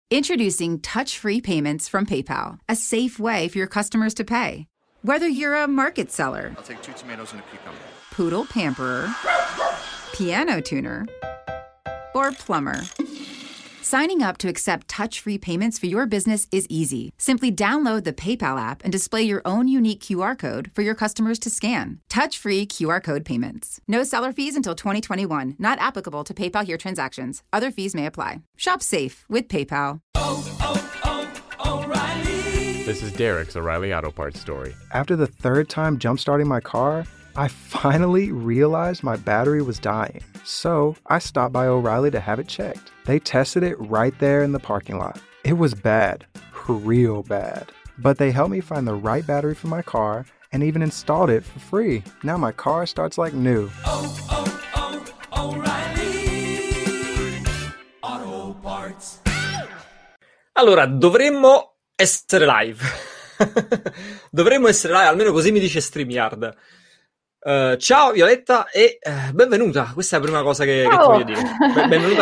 Introducing touch-free payments from PayPal, a safe way for your customers to pay. Whether you're a market seller, I'll take 2 tomatoes and a cucumber. Poodle pamperer, piano tuner, or plumber. Signing up to accept touch-free payments for your business is easy. Simply download the PayPal app and display your own unique QR code for your customers to scan. Touch-free QR code payments. No seller fees until 2021. Not applicable to PayPal here transactions. Other fees may apply. Shop safe with PayPal. O'Reilly. This is Derek's O'Reilly Auto Parts story. After the third time jump-starting my car, I finally realized my battery was dying. So I stopped by O'Reilly to have it checked. They tested it right there in the parking lot. It was bad, real bad. But they helped me find the right battery for my car and even installed it for free. Now my car starts like new. O'Reilly Auto Parts. Allora, dovremmo essere live. Dovremmo essere live, almeno così mi dice StreamYard. Ciao Violetta e benvenuta. Questa è la prima cosa che ti voglio dire. Benvenuta a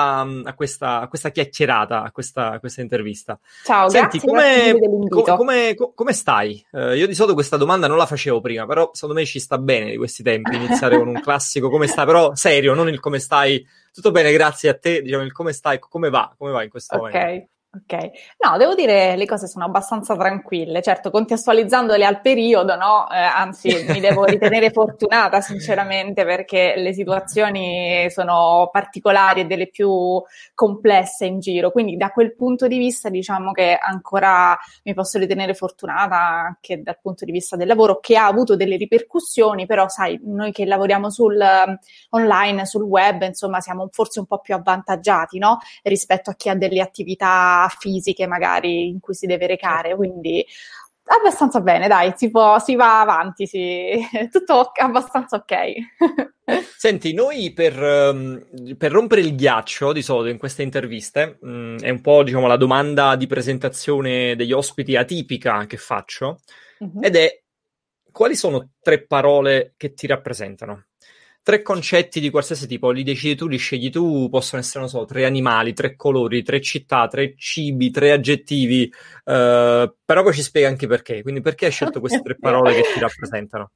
questa chiacchierata, a questa intervista. Ciao, senti, grazie dell'invito. Come stai? Io di solito questa domanda non la facevo prima, però secondo me ci sta bene di questi tempi iniziare con un classico come stai, però serio, non il come stai. Tutto bene, grazie a te, diciamo il come stai, come va in questo momento. Ok, no, devo dire le cose sono abbastanza tranquille, certo contestualizzandole al periodo, no? Anzi mi devo ritenere fortunata sinceramente perché le situazioni sono particolari e delle più complesse in giro, quindi da quel punto di vista diciamo che ancora mi posso ritenere fortunata anche dal punto di vista del lavoro che ha avuto delle ripercussioni, però sai, noi che lavoriamo sul online, sul web, insomma siamo forse un po' più avvantaggiati, no? Rispetto a chi ha delle attività fisiche magari in cui si deve recare, quindi abbastanza bene, dai, si va avanti, tutto abbastanza ok. Senti, noi per rompere il ghiaccio di solito in queste interviste è un po' diciamo la domanda di presentazione degli ospiti atipica che faccio, ed è: quali sono 3 parole che ti rappresentano? 3 concetti di qualsiasi tipo, li decidi tu, li scegli tu, possono essere, non so, 3 animali, 3 colori, 3 città, 3 cibi, 3 aggettivi, però poi ci spiega anche perché. Quindi perché hai scelto queste 3 parole che ti rappresentano?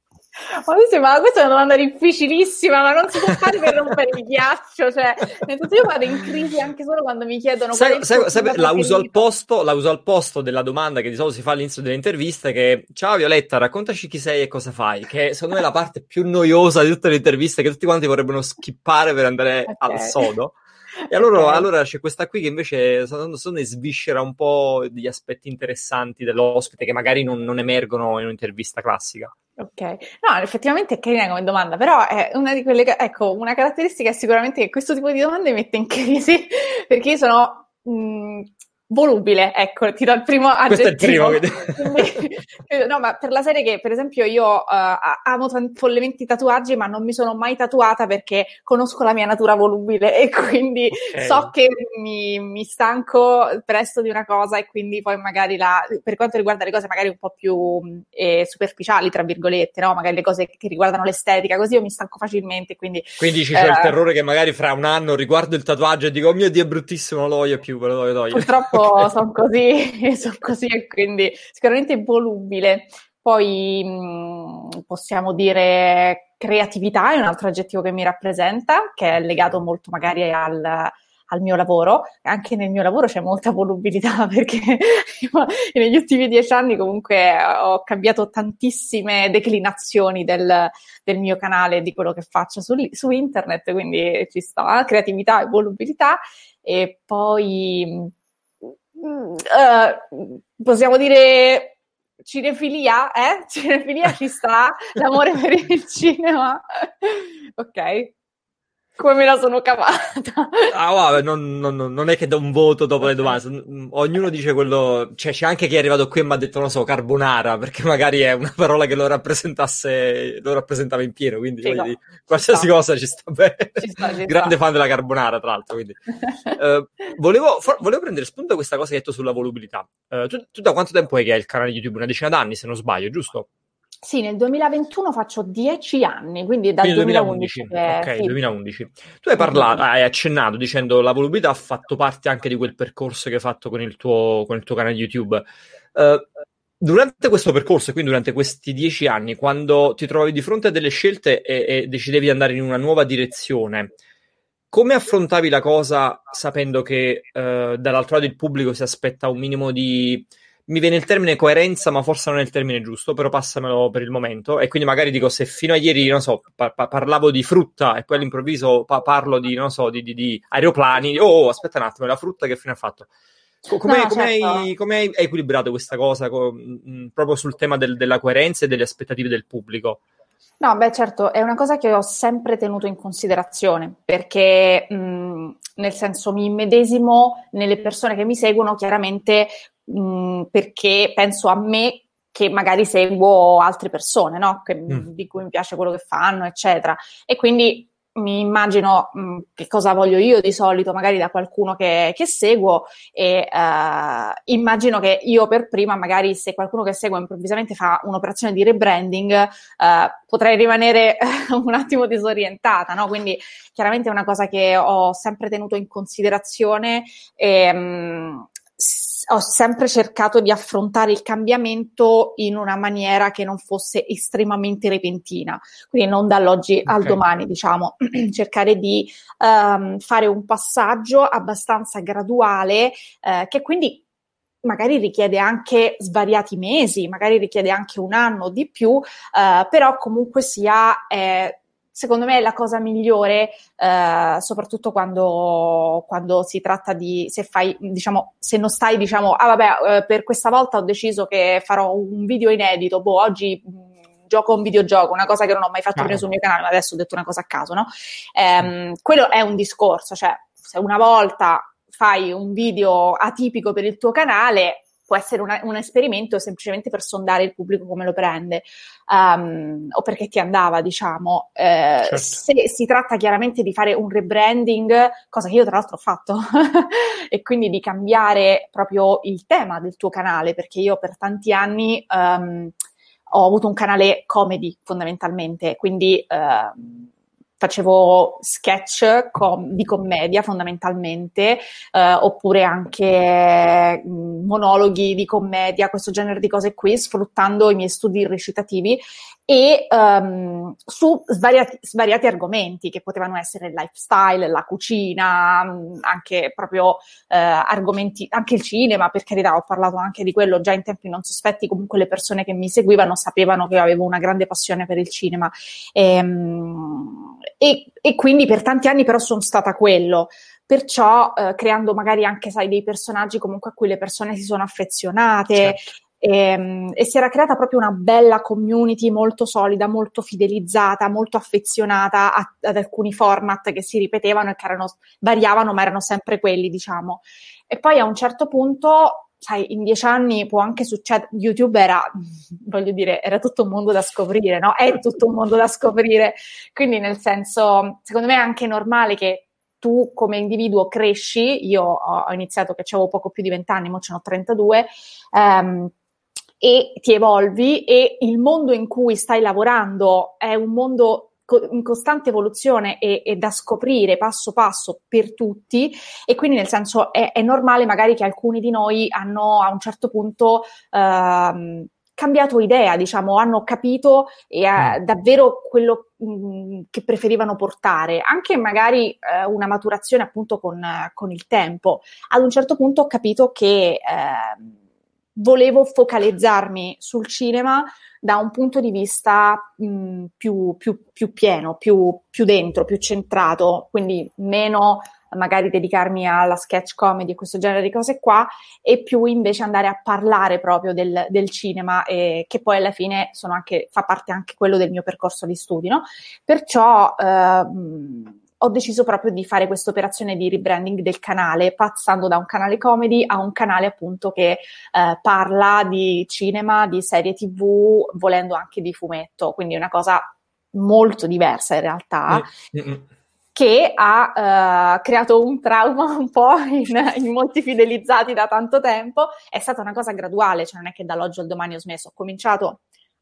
Ma questa è una domanda difficilissima, ma non si può fare per rompere il ghiaccio, cioè, nel senso io vado in crisi anche solo quando mi chiedono la uso al posto della domanda che di solito si fa all'inizio delle interviste, che ciao Violetta, raccontaci chi sei e cosa fai, che secondo me è la parte più noiosa di tutte le interviste che tutti quanti vorrebbero skippare per andare al sodo. E allora c'è questa qui che invece secondo me sviscera un po' degli aspetti interessanti dell'ospite che magari non emergono in un'intervista classica. Ok, no, effettivamente è carina come domanda, però è una di quelle ecco, una caratteristica è sicuramente che questo tipo di domande mi mette in crisi, perché io sono volubile, ecco, ti do il primo aggettivo. Questo è il primo. No, ma per la serie che, per esempio, io amo follemente i tatuaggi, ma non mi sono mai tatuata perché conosco la mia natura volubile e quindi so che mi stanco presto di una cosa e quindi poi magari per quanto riguarda le cose magari un po' più superficiali, tra virgolette, no? Magari le cose che riguardano l'estetica, così io mi stanco facilmente, quindi c'è il terrore che magari fra un anno riguardo il tatuaggio e dico, oh mio Dio, è bruttissimo, non lo voglio più, ve lo voglio togliere. Purtroppo sono così e quindi sicuramente volubile. Poi possiamo dire creatività è un altro aggettivo che mi rappresenta, che è legato molto magari al mio lavoro. Anche nel mio lavoro c'è molta volubilità perché negli ultimi 10 anni comunque ho cambiato tantissime declinazioni del mio canale, di quello che faccio su internet, quindi ci sta creatività e volubilità. E poi possiamo dire cinefilia, cinefilia ci sta, l'amore per il cinema, ok, come me la sono cavata. Vabbè, non è che do un voto dopo le domande, ognuno dice quello, cioè c'è anche chi è arrivato qui e mi ha detto, non so, carbonara, perché magari è una parola che lo rappresentava in pieno, quindi dire, qualsiasi cosa ci sta bene. Ci sta. Grande fan della carbonara, tra l'altro, quindi. Volevo prendere spunto da questa cosa che hai detto sulla volubilità. Tu da quanto tempo è che hai il canale YouTube? Una decina d'anni, se non sbaglio, giusto? Sì, nel 2021 faccio 10 anni, quindi è dal Quindi 2011 che... ok, sì. 2011. Tu hai parlato, hai accennato dicendo la volubilità ha fatto parte anche di quel percorso che hai fatto con il tuo canale YouTube. Durante questo percorso, e quindi durante questi 10 anni, quando ti trovavi di fronte a delle scelte e decidevi di andare in una nuova direzione, come affrontavi la cosa sapendo che dall'altro lato il pubblico si aspetta un minimo di... Mi viene il termine coerenza, ma forse non è il termine giusto, però passamelo per il momento. E quindi magari dico, se fino a ieri, non so, parlavo di frutta e poi all'improvviso parlo di, non so, di aeroplani. Oh, aspetta un attimo, la frutta che fine ha fatto? Come hai equilibrato questa cosa proprio sul tema della coerenza e delle aspettative del pubblico? No, beh, certo, è una cosa che ho sempre tenuto in considerazione, perché nel senso mi immedesimo nelle persone che mi seguono, chiaramente perché penso a me che magari seguo altre persone, no? Di cui mi piace quello che fanno, eccetera. E quindi mi immagino che cosa voglio io di solito, magari da qualcuno che seguo, e immagino che io per prima, magari se qualcuno che seguo improvvisamente fa un'operazione di rebranding, potrei rimanere un attimo disorientata, no? Quindi chiaramente è una cosa che ho sempre tenuto in considerazione e ho sempre cercato di affrontare il cambiamento in una maniera che non fosse estremamente repentina, quindi non dall'oggi al domani, diciamo, cercare di fare un passaggio abbastanza graduale, che quindi magari richiede anche svariati mesi, magari richiede anche un anno di più, però comunque sia... secondo me è la cosa migliore, soprattutto quando si tratta di, se fai, diciamo, se non stai, diciamo, per questa volta ho deciso che farò un video inedito, oggi gioco un videogioco, una cosa che non ho mai fatto prima sul mio canale, adesso ho detto una cosa a caso, no? Quello è un discorso, cioè, se una volta fai un video atipico per il tuo canale, può essere un esperimento semplicemente per sondare il pubblico come lo prende, o perché ti andava, diciamo. Certo. Se si tratta chiaramente di fare un rebranding, cosa che io tra l'altro ho fatto, e quindi di cambiare proprio il tema del tuo canale, perché io per tanti anni ho avuto un canale comedy fondamentalmente, quindi facevo sketch di commedia fondamentalmente, oppure anche monologhi di commedia, questo genere di cose qui, sfruttando i miei studi recitativi e su svariati argomenti che potevano essere il lifestyle, la cucina, anche proprio argomenti, anche il cinema, per carità, ho parlato anche di quello già in tempi non sospetti, comunque le persone che mi seguivano sapevano che io avevo una grande passione per il cinema. E quindi per tanti anni però sono stata quello, perciò creando magari anche, sai, dei personaggi comunque a cui le persone si sono affezionate. Certo. E si era creata proprio una bella community molto solida, molto fidelizzata, molto affezionata ad alcuni format che si ripetevano e che variavano, ma erano sempre quelli, diciamo. E poi a un certo punto, sai, in 10 anni può anche succedere, YouTube era, voglio dire, era tutto un mondo da scoprire, no? È tutto un mondo da scoprire, quindi nel senso, secondo me è anche normale che tu come individuo cresci. Io ho iniziato che avevo poco più di 20 anni, mo ce n'ho 32, e ti evolvi, e il mondo in cui stai lavorando è un mondo in costante evoluzione e da scoprire passo passo per tutti, e quindi nel senso è normale magari che alcuni di noi hanno a un certo punto cambiato idea, diciamo, hanno capito davvero quello che preferivano portare, anche magari una maturazione appunto con il tempo. Ad un certo punto ho capito che volevo focalizzarmi sul cinema da un punto di vista più pieno, più dentro, più centrato, quindi meno magari dedicarmi alla sketch comedy e questo genere di cose qua, e più invece andare a parlare proprio del cinema, che poi alla fine fa parte anche quello del mio percorso di studi, no? Perciò ho deciso proprio di fare questa operazione di rebranding del canale, passando da un canale comedy a un canale appunto che parla di cinema, di serie TV, volendo anche di fumetto, quindi una cosa molto diversa in realtà, che ha creato un trauma un po' in molti fidelizzati da tanto tempo. È stata una cosa graduale, cioè non è che dall'oggi al domani ho smesso, ho cominciato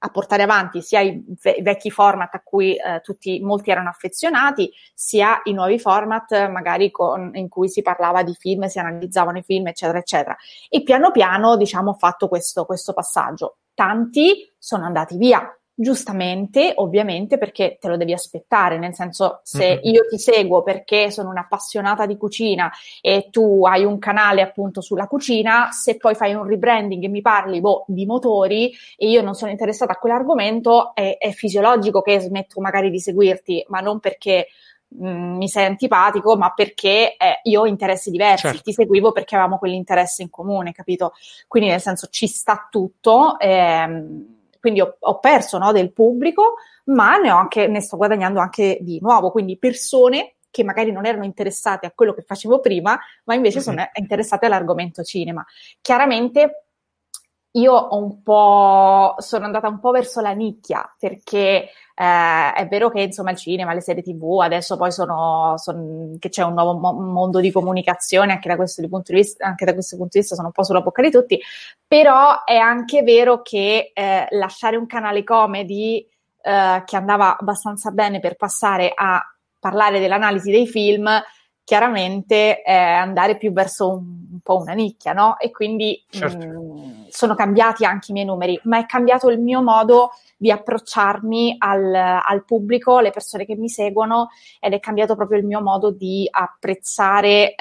a portare avanti sia i vecchi format a cui molti erano affezionati, sia i nuovi format magari in cui si parlava di film, si analizzavano i film, eccetera, eccetera. E piano piano, diciamo, ho fatto questo passaggio. Tanti sono andati via, giustamente, ovviamente, perché te lo devi aspettare, nel senso, se io ti seguo perché sono un'appassionata di cucina e tu hai un canale appunto sulla cucina, se poi fai un rebranding e mi parli di motori e io non sono interessata a quell'argomento, è fisiologico che smetto magari di seguirti, ma non perché mi sei antipatico, ma perché io ho interessi diversi. Certo. Ti seguivo perché avevamo quell'interesse in comune, capito? Quindi nel senso ci sta tutto, quindi ho perso, no, del pubblico, ma ne sto guadagnando anche di nuovo, quindi persone che magari non erano interessate a quello che facevo prima, ma invece sono interessate all'argomento cinema. Chiaramente io sono andata un po' verso la nicchia, perché è vero che insomma il cinema, le serie TV, adesso poi che c'è un nuovo mondo di comunicazione, anche da questo punto di vista sono un po' sulla bocca di tutti, però è anche vero che lasciare un canale comedy che andava abbastanza bene per passare a parlare dell'analisi dei film, chiaramente andare più verso un po' una nicchia, no? E quindi sono cambiati anche i miei numeri, ma è cambiato il mio modo di approcciarmi al pubblico, alle persone che mi seguono, ed è cambiato proprio il mio modo di apprezzare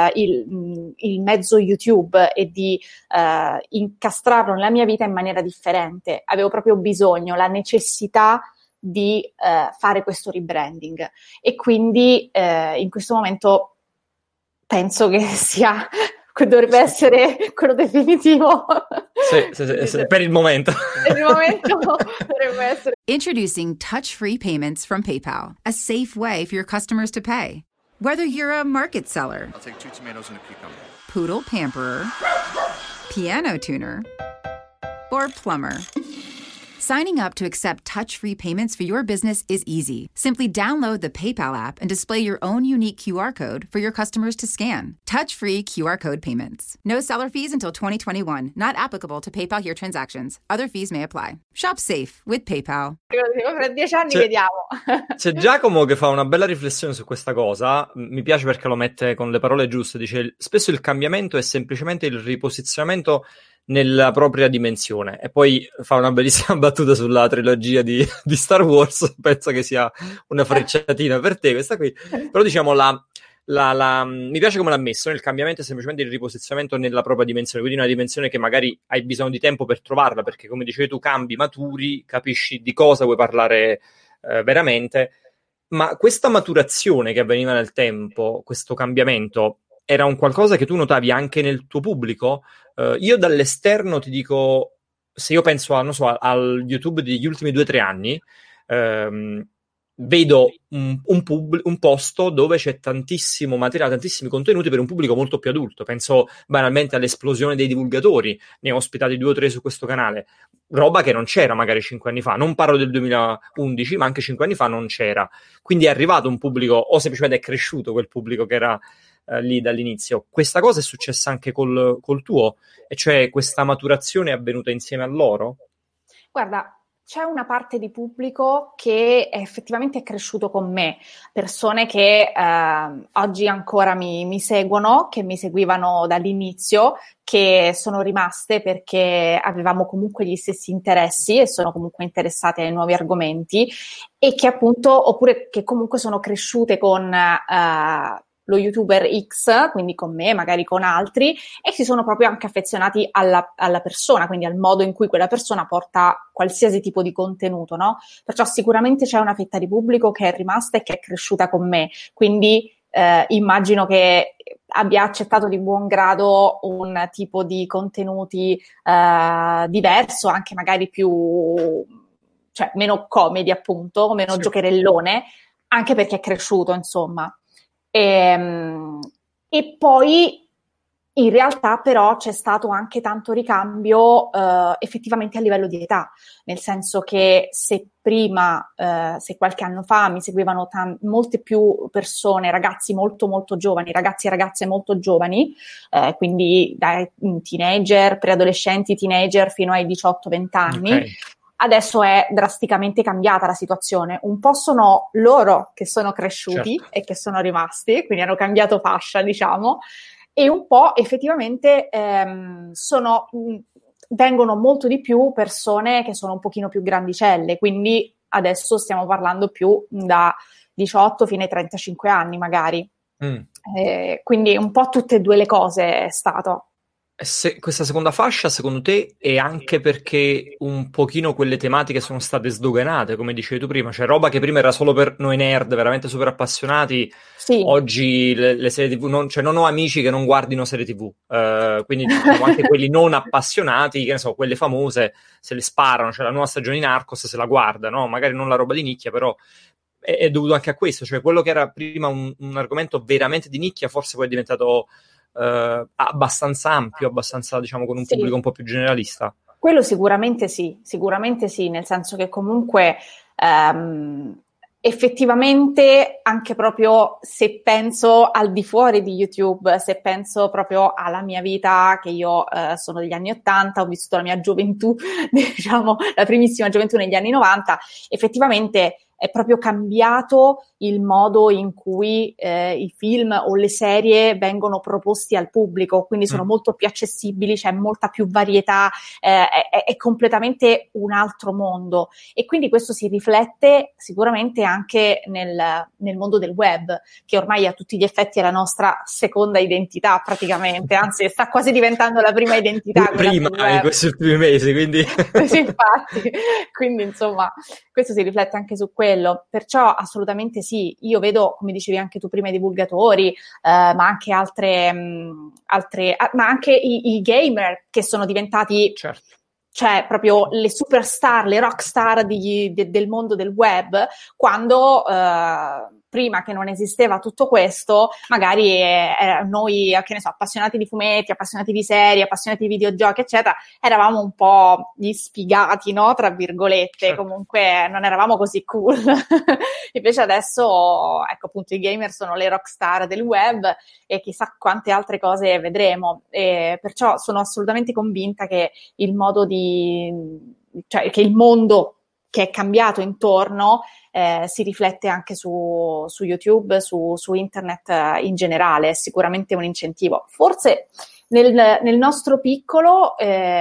il mezzo YouTube e di incastrarlo nella mia vita in maniera differente. Avevo proprio bisogno, la necessità di fare questo rebranding, e quindi in questo momento penso che dovrebbe essere quello definitivo. Sì, per il momento. Per il momento dovrebbe essere. Introducing touch-free payments from PayPal, a safe way for your customers to pay. Whether you're a market seller, I'll take 2 tomatoes and a cucumber, poodle pamperer, piano tuner, or plumber, signing up to accept touch-free payments for your business is easy. Simply download the PayPal app and display your own unique QR code for your customers to scan. Touch-free QR code payments. No seller fees until 2021. Not applicable to PayPal here transactions. Other fees may apply. Shop safe with PayPal. Tra 10 anni vediamo. C'è Giacomo che fa una bella riflessione su questa cosa. Mi piace perché lo mette con le parole giuste. Dice: spesso il cambiamento è semplicemente il riposizionamento nella propria dimensione. E poi fa una bellissima battuta sulla trilogia di Star Wars. Penso che sia una frecciatina per te questa qui, però diciamo mi piace come l'ha messo. Il cambiamento è semplicemente il riposizionamento nella propria dimensione, quindi una dimensione che magari hai bisogno di tempo per trovarla, perché come dicevi tu cambi, maturi, capisci di cosa vuoi parlare veramente. Ma questa maturazione che avveniva nel tempo, questo cambiamento, era un qualcosa che tu notavi anche nel tuo pubblico? Io dall'esterno ti dico, se io penso al YouTube degli ultimi 2-3 anni, vedo un posto dove c'è tantissimo materiale, tantissimi contenuti per un pubblico molto più adulto. Penso banalmente all'esplosione dei divulgatori, ne ho ospitati 2 o 3 su questo canale, roba che non c'era magari 5 anni fa, non parlo del 2011, ma anche 5 anni fa non c'era. Quindi è arrivato un pubblico, o semplicemente è cresciuto quel pubblico che era lì dall'inizio. Questa cosa è successa anche col tuo, e cioè questa maturazione è avvenuta insieme a loro? Guarda, c'è una parte di pubblico che effettivamente è cresciuto con me, persone che oggi ancora mi seguono, che mi seguivano dall'inizio, che sono rimaste perché avevamo comunque gli stessi interessi e sono comunque interessate ai nuovi argomenti, e che appunto, oppure che comunque sono cresciute con lo YouTuber X, quindi con me, magari con altri, e si sono proprio anche affezionati alla persona, quindi al modo in cui quella persona porta qualsiasi tipo di contenuto, no? Perciò sicuramente c'è una fetta di pubblico che è rimasta e che è cresciuta con me, quindi immagino che abbia accettato di buon grado un tipo di contenuti diverso, anche magari cioè meno comedy, appunto, meno sì, giocherellone, anche perché è cresciuto, insomma. E poi in realtà però c'è stato anche tanto ricambio effettivamente a livello di età, nel senso che se prima, se qualche anno fa mi seguivano molte più persone, ragazzi molto molto giovani, ragazzi e ragazze molto giovani, quindi dai teenager, preadolescenti, teenager fino ai 18-20 anni, okay, Adesso è drasticamente cambiata la situazione. Un po' sono loro che sono cresciuti Certo. e che sono rimasti, quindi hanno cambiato fascia, diciamo, e un po' effettivamente vengono molto di più persone che sono un pochino più grandicelle, quindi adesso stiamo parlando più da 18 fino ai 35 anni magari. Quindi un po' tutte e due le cose è stato. Questa seconda fascia, secondo te, è anche perché un pochino quelle tematiche sono state sdoganate, come dicevi tu prima, cioè roba che prima era solo per noi nerd, veramente super appassionati, Sì. oggi le serie TV, non ho amici che non guardino serie TV, quindi diciamo, anche quelli non appassionati, che ne so, quelle famose, se le sparano, cioè la nuova stagione di Narcos se la guarda, no? Magari non la roba di nicchia, però è dovuto anche a questo, cioè quello che era prima un argomento veramente di nicchia, forse poi è diventato abbastanza ampio, abbastanza, diciamo, con un Sì. pubblico un po' più generalista. Quello sicuramente sì, nel senso che comunque effettivamente anche proprio se penso al di fuori di YouTube, se penso proprio alla mia vita, che io sono degli anni 80, ho vissuto la mia gioventù, diciamo la primissima gioventù negli anni 90, effettivamente è proprio cambiato il modo in cui i film o le serie vengono proposti al pubblico, quindi sono molto più accessibili, c'è molta più varietà, è completamente un altro mondo, e quindi questo si riflette sicuramente anche nel mondo del web, che ormai a tutti gli effetti è la nostra seconda identità praticamente, anzi sta quasi diventando la prima identità. Prima in questi ultimi mesi, quindi... Sì, infatti, quindi insomma questo si riflette anche su quello, perciò assolutamente sì, io vedo, come dicevi anche tu prima, i divulgatori, ma anche ma anche i gamer che sono diventati, certo, cioè proprio le superstar, le rockstar del mondo del web, quando prima che non esisteva tutto questo, magari noi, che ne so, appassionati di fumetti, appassionati di serie, appassionati di videogiochi, eccetera, eravamo un po' gli sfigati, no? Tra virgolette, certo. Comunque non eravamo così cool. Invece adesso, ecco appunto, i gamer sono le rockstar del web e chissà quante altre cose vedremo. E perciò sono assolutamente convinta che il modo cioè che il mondo che è cambiato intorno si riflette anche su YouTube, su internet in generale, è sicuramente un incentivo. Forse nel nostro piccolo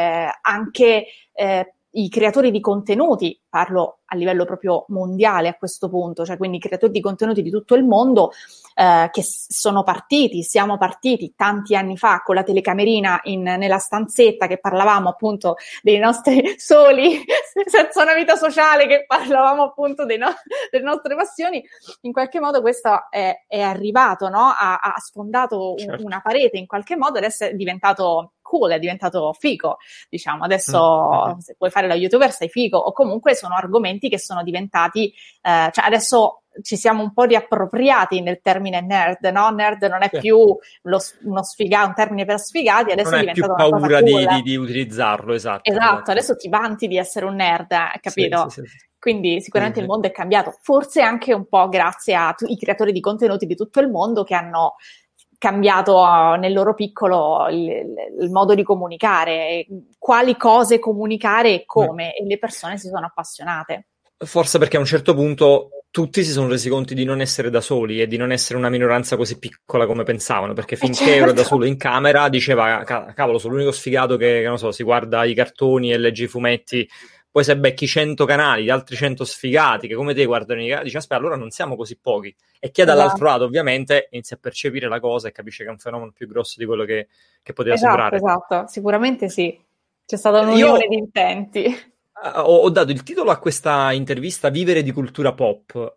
anche i creatori di contenuti, parlo a livello proprio mondiale a questo punto, cioè quindi i creatori di contenuti di tutto il mondo che siamo partiti tanti anni fa con la telecamerina nella stanzetta, che parlavamo appunto dei nostri soli, senza una vita sociale, che parlavamo appunto delle nostre passioni. In qualche modo questo è arrivato, no? Ha sfondato certo. una parete in qualche modo, adesso è diventato cool, è diventato figo, diciamo. Adesso se puoi fare la youtuber sei figo, o comunque sono argomenti che sono diventati, cioè adesso ci siamo un po' riappropriati nel termine nerd, no? Nerd non è più uno sfigato, un termine per sfigati, adesso non è hai più diventato una paura cosa cool. di utilizzarlo, esatto. Esatto, adesso ti vanti di essere un nerd, capito? Sì. Quindi sicuramente Sì. il mondo è cambiato, forse anche un po' grazie ai creatori di contenuti di tutto il mondo che hanno cambiato nel loro piccolo il modo di comunicare, quali cose comunicare e come, e le persone si sono appassionate. Forse perché a un certo punto tutti si sono resi conto di non essere da soli e di non essere una minoranza così piccola come pensavano, perché finché ero da solo in camera diceva cavolo, sono l'unico sfigato che non so, si guarda i cartoni e legge i fumetti. Poi se becchi 100 canali di altri 100 sfigati che come te guardano i canali, dici aspetta, allora non siamo così pochi. E chi è dall'altro lato ovviamente inizia a percepire la cosa e capisce che è un fenomeno più grosso di quello che poteva sembrare. Esatto, sicuramente sì. C'è stata un'unione di intenti. Ho dato il titolo a questa intervista Vivere di cultura pop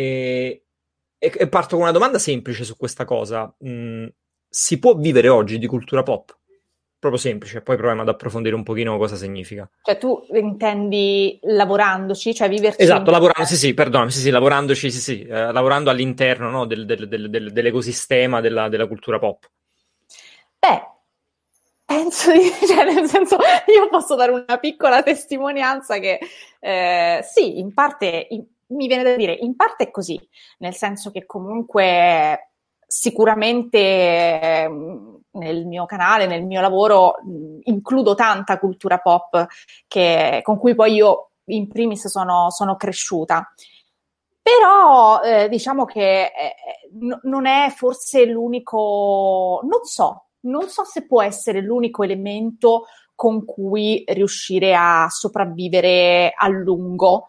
e parto con una domanda semplice su questa cosa. Si può vivere oggi di cultura pop? Proprio semplice, poi proviamo ad approfondire un pochino cosa significa. Cioè tu intendi lavorandoci, cioè viverci? Esatto, lavorando, sì, perdonami, sì, lavorandoci, sì, lavorando all'interno, no, dell'ecosistema della cultura pop. Beh, penso cioè nel senso, io posso dare una piccola testimonianza che sì, in parte, mi viene da dire, in parte è così, nel senso che comunque sicuramente nel mio canale, nel mio lavoro, includo tanta cultura pop con cui poi io in primis sono cresciuta. Però diciamo che non è forse l'unico, non so se può essere l'unico elemento con cui riuscire a sopravvivere a lungo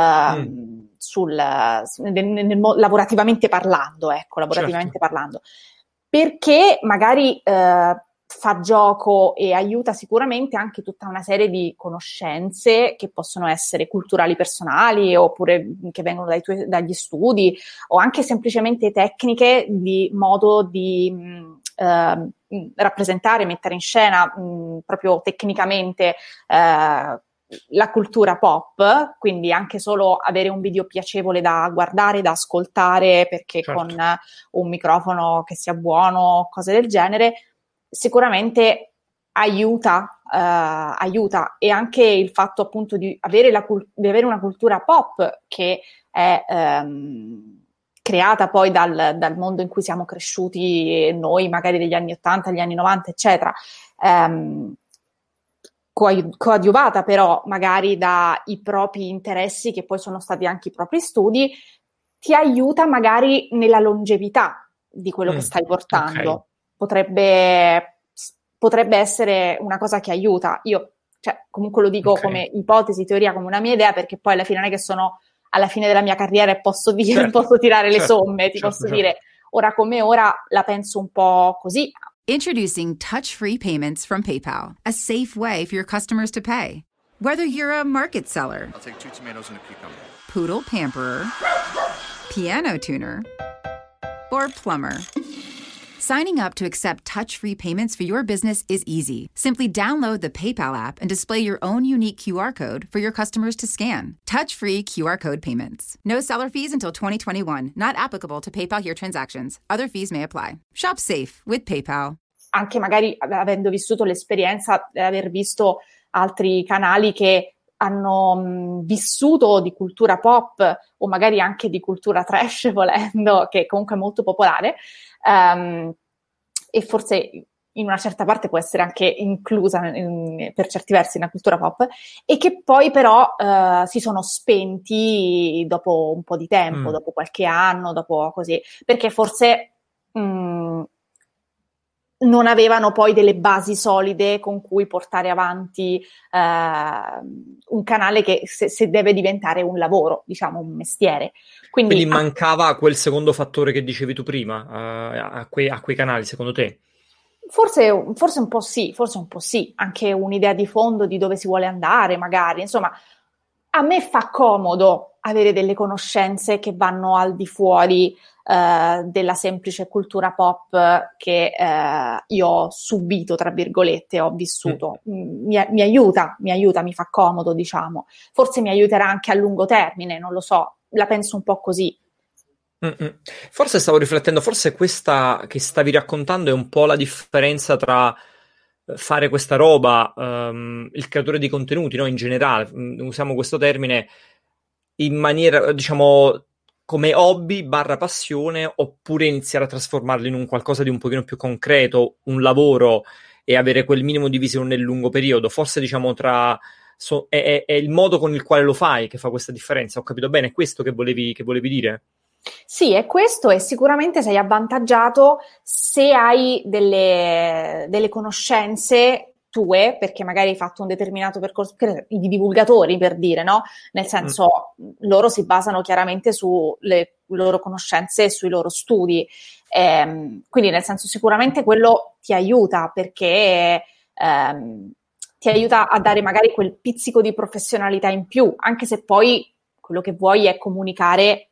lavorativamente parlando, ecco, lavorativamente parlando. Perché magari fa gioco e aiuta sicuramente anche tutta una serie di conoscenze che possono essere culturali personali oppure che vengono dagli studi o anche semplicemente tecniche di modo di rappresentare, mettere in scena proprio tecnicamente la cultura pop, quindi anche solo avere un video piacevole da guardare, da ascoltare, perché con un microfono che sia buono, cose del genere, sicuramente aiuta, e anche il fatto appunto di avere una cultura pop che è creata poi dal mondo in cui siamo cresciuti noi, magari degli anni 80, gli anni 90, eccetera, coadiuvata però magari dai propri interessi che poi sono stati anche i propri studi, ti aiuta magari nella longevità di quello che stai portando. Okay. Potrebbe essere una cosa che aiuta. Io, comunque lo dico come ipotesi, teoria, come una mia idea, perché poi alla fine non è che sono alla fine della mia carriera e posso dire, posso tirare le somme, posso dire, ora come ora la penso un po' così. Introducing touch-free payments from PayPal, a safe way for your customers to pay. Whether you're a market seller, I'll take 2 tomatoes and a cucumber, poodle pamperer, piano tuner, or plumber, signing up to accept touch-free payments for your business is easy. Simply download the PayPal app and display your own unique QR code for your customers to scan. Touch-free QR code payments. No seller fees until 2021. Not applicable to PayPal Here transactions. Other fees may apply. Shop safe with PayPal. Anche magari avendo vissuto l'esperienza di aver visto altri canali che hanno vissuto di cultura pop o magari anche di cultura trash, volendo, che comunque è molto popolare, e forse in una certa parte può essere anche inclusa per certi versi nella cultura pop, e che poi però si sono spenti dopo un po' di tempo, dopo qualche anno, dopo così, perché forse non avevano poi delle basi solide con cui portare avanti un canale che se deve diventare un lavoro, diciamo un mestiere. Quindi mancava quel secondo fattore che dicevi tu prima a quei canali, secondo te? Forse un po' sì, anche un'idea di fondo di dove si vuole andare, magari. Insomma, a me fa comodo avere delle conoscenze che vanno al di fuori della semplice cultura pop che io ho subito, tra virgolette, ho vissuto. Mi aiuta, mi fa comodo, diciamo. Forse mi aiuterà anche a lungo termine, non lo so, la penso un po' così. Forse stavo riflettendo, forse questa che stavi raccontando è un po' la differenza tra fare questa roba, il creatore di contenuti, no? In generale, usiamo questo termine in maniera, diciamo, come hobby / passione, oppure iniziare a trasformarlo in un qualcosa di un pochino più concreto, un lavoro, e avere quel minimo di visione nel lungo periodo. Forse, diciamo, è il modo con il quale lo fai che fa questa differenza. Ho capito bene? È questo che volevi dire? Sì, è questo, e sicuramente sei avvantaggiato se hai delle conoscenze tue, perché magari hai fatto un determinato percorso, i divulgatori, per dire, no? Nel senso, loro si basano chiaramente sulle loro conoscenze e sui loro studi, quindi nel senso sicuramente quello ti aiuta, perché ti aiuta a dare magari quel pizzico di professionalità in più, anche se poi quello che vuoi è comunicare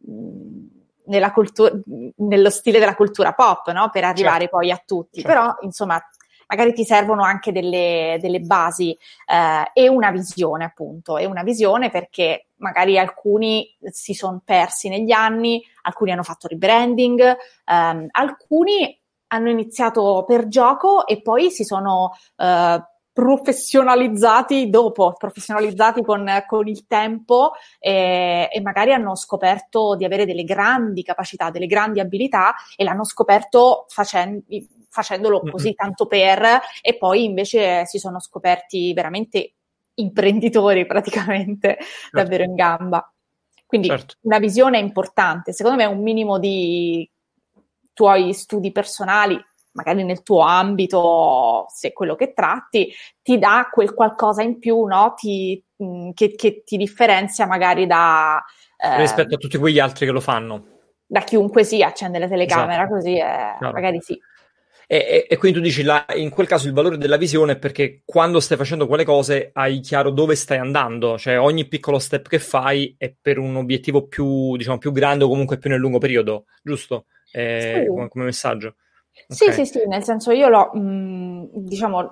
nello stile della cultura pop, no? Per arrivare poi a tutti. Però, insomma, magari ti servono anche delle basi e una visione, appunto, perché magari alcuni si sono persi negli anni, alcuni hanno fatto rebranding, alcuni hanno iniziato per gioco e poi si sono professionalizzati con il tempo, e magari hanno scoperto di avere delle grandi capacità, delle grandi abilità, e l'hanno scoperto facendolo così tanto per, e poi invece si sono scoperti veramente imprenditori praticamente davvero in gamba. Quindi Certo. una visione è importante. Secondo me un minimo di tuoi studi personali, magari nel tuo ambito, se è quello che tratti, ti dà quel qualcosa in più, no? Che ti differenzia magari Rispetto a tutti quegli altri che lo fanno. da chiunque si accende la telecamera, Esatto. così Chiaro. magari sì. E quindi tu dici, in quel caso il valore della visione è perché quando stai facendo quelle cose hai chiaro dove stai andando, cioè ogni piccolo step che fai è per un obiettivo più, diciamo, più grande o comunque più nel lungo periodo, giusto? Sì. Come messaggio. Sì, Ok. sì, sì, nel senso io diciamo,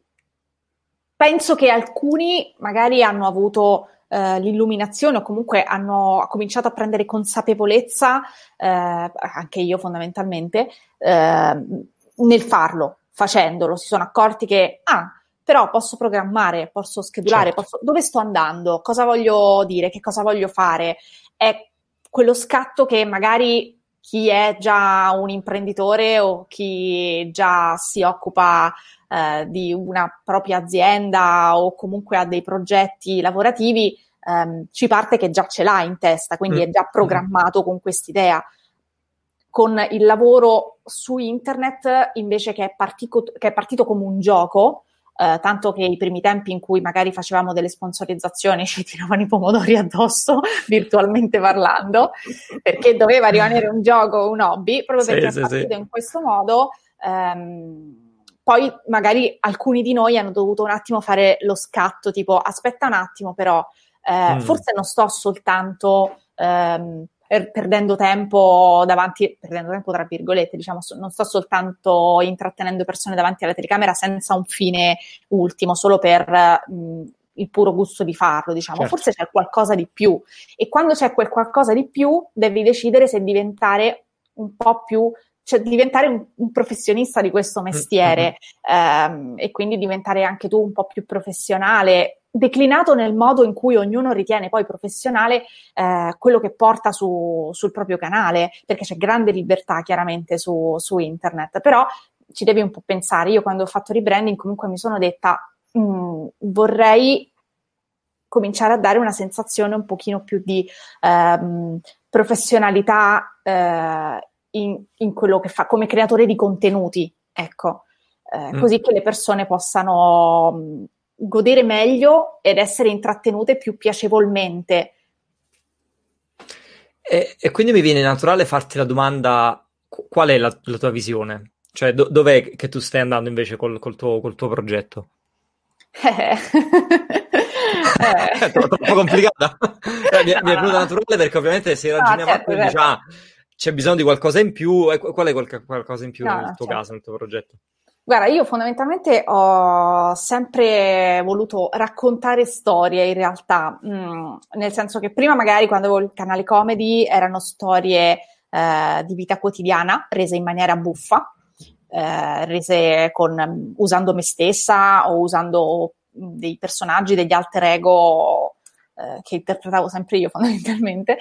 penso che alcuni magari hanno avuto l'illuminazione o comunque hanno cominciato a prendere consapevolezza, anche io fondamentalmente, nel farlo, facendolo, si sono accorti che, però posso programmare, posso schedulare, Certo. dove sto andando, cosa voglio dire, che cosa voglio fare. È quello scatto che magari chi è già un imprenditore o chi già si occupa di una propria azienda o comunque ha dei progetti lavorativi, ci parte che già ce l'ha in testa, quindi è già programmato con quest'idea. Con il lavoro su internet invece che è partito come un gioco, tanto che i primi tempi in cui magari facevamo delle sponsorizzazioni ci tiravano i pomodori addosso, virtualmente parlando, perché doveva rimanere un gioco, un hobby, proprio Sì, perché sì, è partito sì. in questo modo. Poi magari alcuni di noi hanno dovuto un attimo fare lo scatto, tipo aspetta un attimo però, forse non sto soltanto perdendo tempo tra virgolette, diciamo, non sto soltanto intrattenendo persone davanti alla telecamera senza un fine ultimo, solo per il puro gusto di farlo, diciamo. Certo. Forse c'è qualcosa di più, e quando c'è quel qualcosa di più devi decidere se diventare un po' più, cioè diventare un professionista di questo mestiere, e quindi diventare anche tu un po' più professionale, declinato nel modo in cui ognuno ritiene poi professionale quello che porta sul proprio canale, perché c'è grande libertà chiaramente su internet, però ci devi un po' pensare. Io quando ho fatto rebranding comunque mi sono detta vorrei cominciare a dare una sensazione un pochino più di professionalità in quello che fa come creatore di contenuti, ecco, così che le persone possano godere meglio ed essere intrattenute più piacevolmente. E quindi mi viene naturale farti la domanda, qual è la tua visione? Cioè, dov'è che tu stai andando invece col tuo progetto? Troppo complicata? Mi è venuta naturale perché ovviamente se ragioniamo certo, dici, c'è bisogno di qualcosa in più. Qual è qualcosa in più nel tuo caso, nel tuo progetto? Guarda, io fondamentalmente ho sempre voluto raccontare storie in realtà, nel senso che prima magari quando avevo il canale comedy erano storie di vita quotidiana, rese in maniera buffa, rese usando me stessa o usando dei personaggi, degli alter ego che interpretavo sempre io fondamentalmente.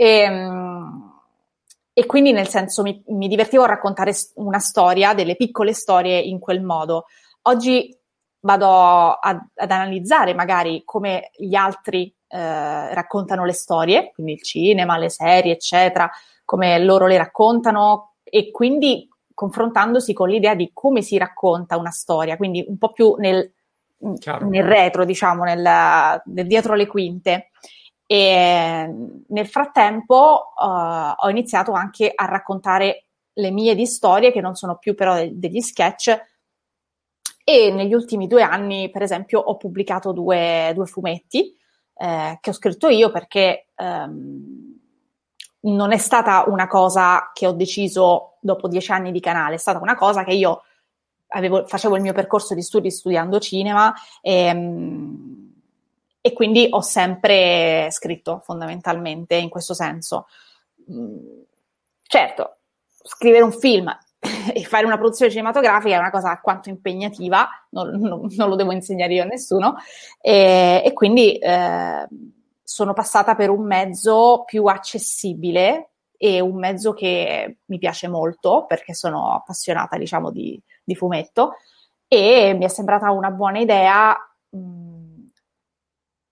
E quindi nel senso mi divertivo a raccontare una storia, delle piccole storie in quel modo. Oggi vado ad analizzare magari come gli altri raccontano le storie, quindi il cinema, le serie, eccetera, come loro le raccontano, e quindi confrontandosi con l'idea di come si racconta una storia, quindi un po' più nel retro, diciamo, nel dietro le quinte. E nel frattempo ho iniziato anche a raccontare le mie di storie, che non sono più però degli sketch, e negli ultimi 2 anni, per esempio, ho pubblicato due fumetti che ho scritto io, perché non è stata una cosa che ho deciso dopo 10 anni di canale, è stata una cosa che io facevo il mio percorso di studi studiando cinema, e quindi ho sempre scritto fondamentalmente in questo senso. Certo, scrivere un film e fare una produzione cinematografica è una cosa alquanto impegnativa, non lo devo insegnare io a nessuno, e quindi sono passata per un mezzo più accessibile e un mezzo che mi piace molto perché sono appassionata, diciamo, di fumetto, e mi è sembrata una buona idea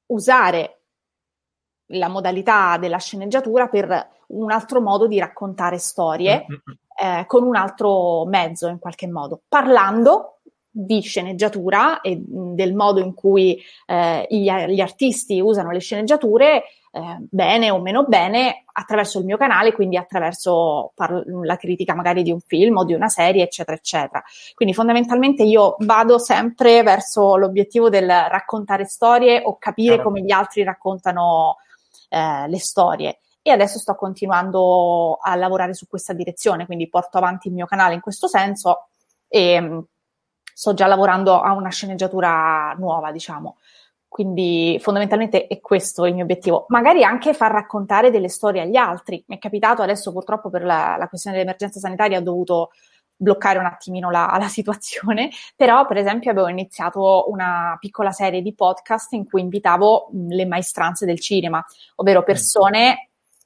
usare la modalità della sceneggiatura per un altro modo di raccontare storie, con un altro mezzo in qualche modo, parlando di sceneggiatura e del modo in cui gli artisti usano le sceneggiature, bene o meno bene, attraverso il mio canale, quindi attraverso la critica magari di un film o di una serie, eccetera, eccetera. Quindi fondamentalmente io vado sempre verso l'obiettivo del raccontare storie o capire come gli altri raccontano le storie. E adesso sto continuando a lavorare su questa direzione, quindi porto avanti il mio canale in questo senso e sto già lavorando a una sceneggiatura nuova, diciamo. Quindi fondamentalmente è questo il mio obiettivo. Magari anche far raccontare delle storie agli altri. Mi è capitato adesso purtroppo per la questione dell'emergenza sanitaria ho dovuto bloccare un attimino la situazione, però per esempio avevo iniziato una piccola serie di podcast in cui invitavo le maestranze del cinema, ovvero persone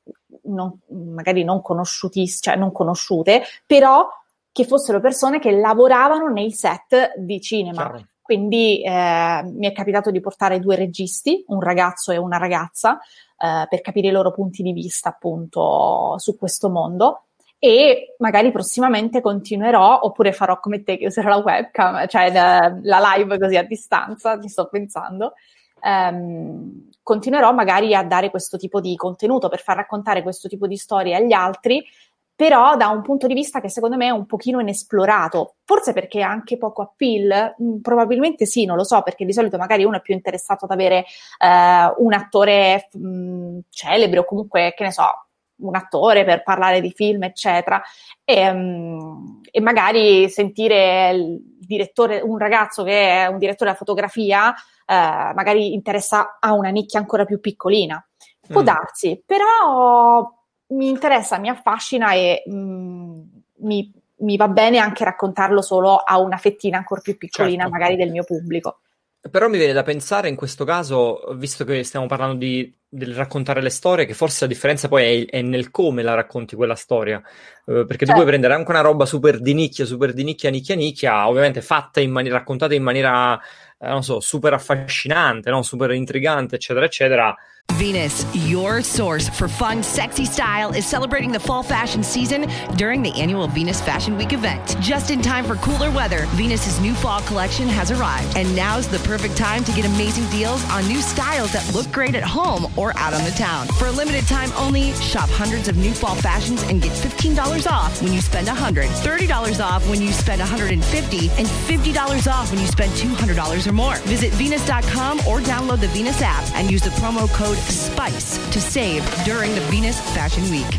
magari non conosciute, però che fossero persone che lavoravano nei set di cinema. Chiaro. Quindi mi è capitato di portare 2 registi, un ragazzo e una ragazza, per capire i loro punti di vista appunto su questo mondo. E magari prossimamente continuerò, oppure farò come te che userò la webcam, cioè la live così a distanza, ci sto pensando. Continuerò magari a dare questo tipo di contenuto per far raccontare questo tipo di storie agli altri, però da un punto di vista che secondo me è un pochino inesplorato, forse perché ha anche poco appeal, probabilmente sì, non lo so, perché di solito magari uno è più interessato ad avere un attore celebre o comunque, che ne so, un attore per parlare di film, eccetera, e magari sentire il direttore, un ragazzo che è un direttore della fotografia, magari interessa a una nicchia ancora più piccolina. Può darsi, però mi interessa, mi affascina e mi va bene anche raccontarlo solo a una fettina ancora più piccolina, certo, magari del mio pubblico. Però mi viene da pensare in questo caso, visto che stiamo parlando del raccontare le storie, che forse la differenza poi è nel come la racconti quella storia, perché tu puoi prendere anche una roba super di nicchia, nicchia, ovviamente fatta raccontata in maniera, non so, super affascinante, no? Super intrigante, eccetera, eccetera. Venus, your source for fun, sexy style, is celebrating the fall fashion season during the annual Venus Fashion Week event. Just in time for cooler weather, Venus's new fall collection has arrived, and now's the perfect time to get amazing deals on new styles that look great at home or out on the town. For a limited time only, shop hundreds of new fall fashions and get $15 off when you spend $100, $30 off when you spend $150, and $50 off when you spend $200 or more. Visit Venus.com or download the Venus app and use the promo code SPICE to save during the Venus Fashion Week.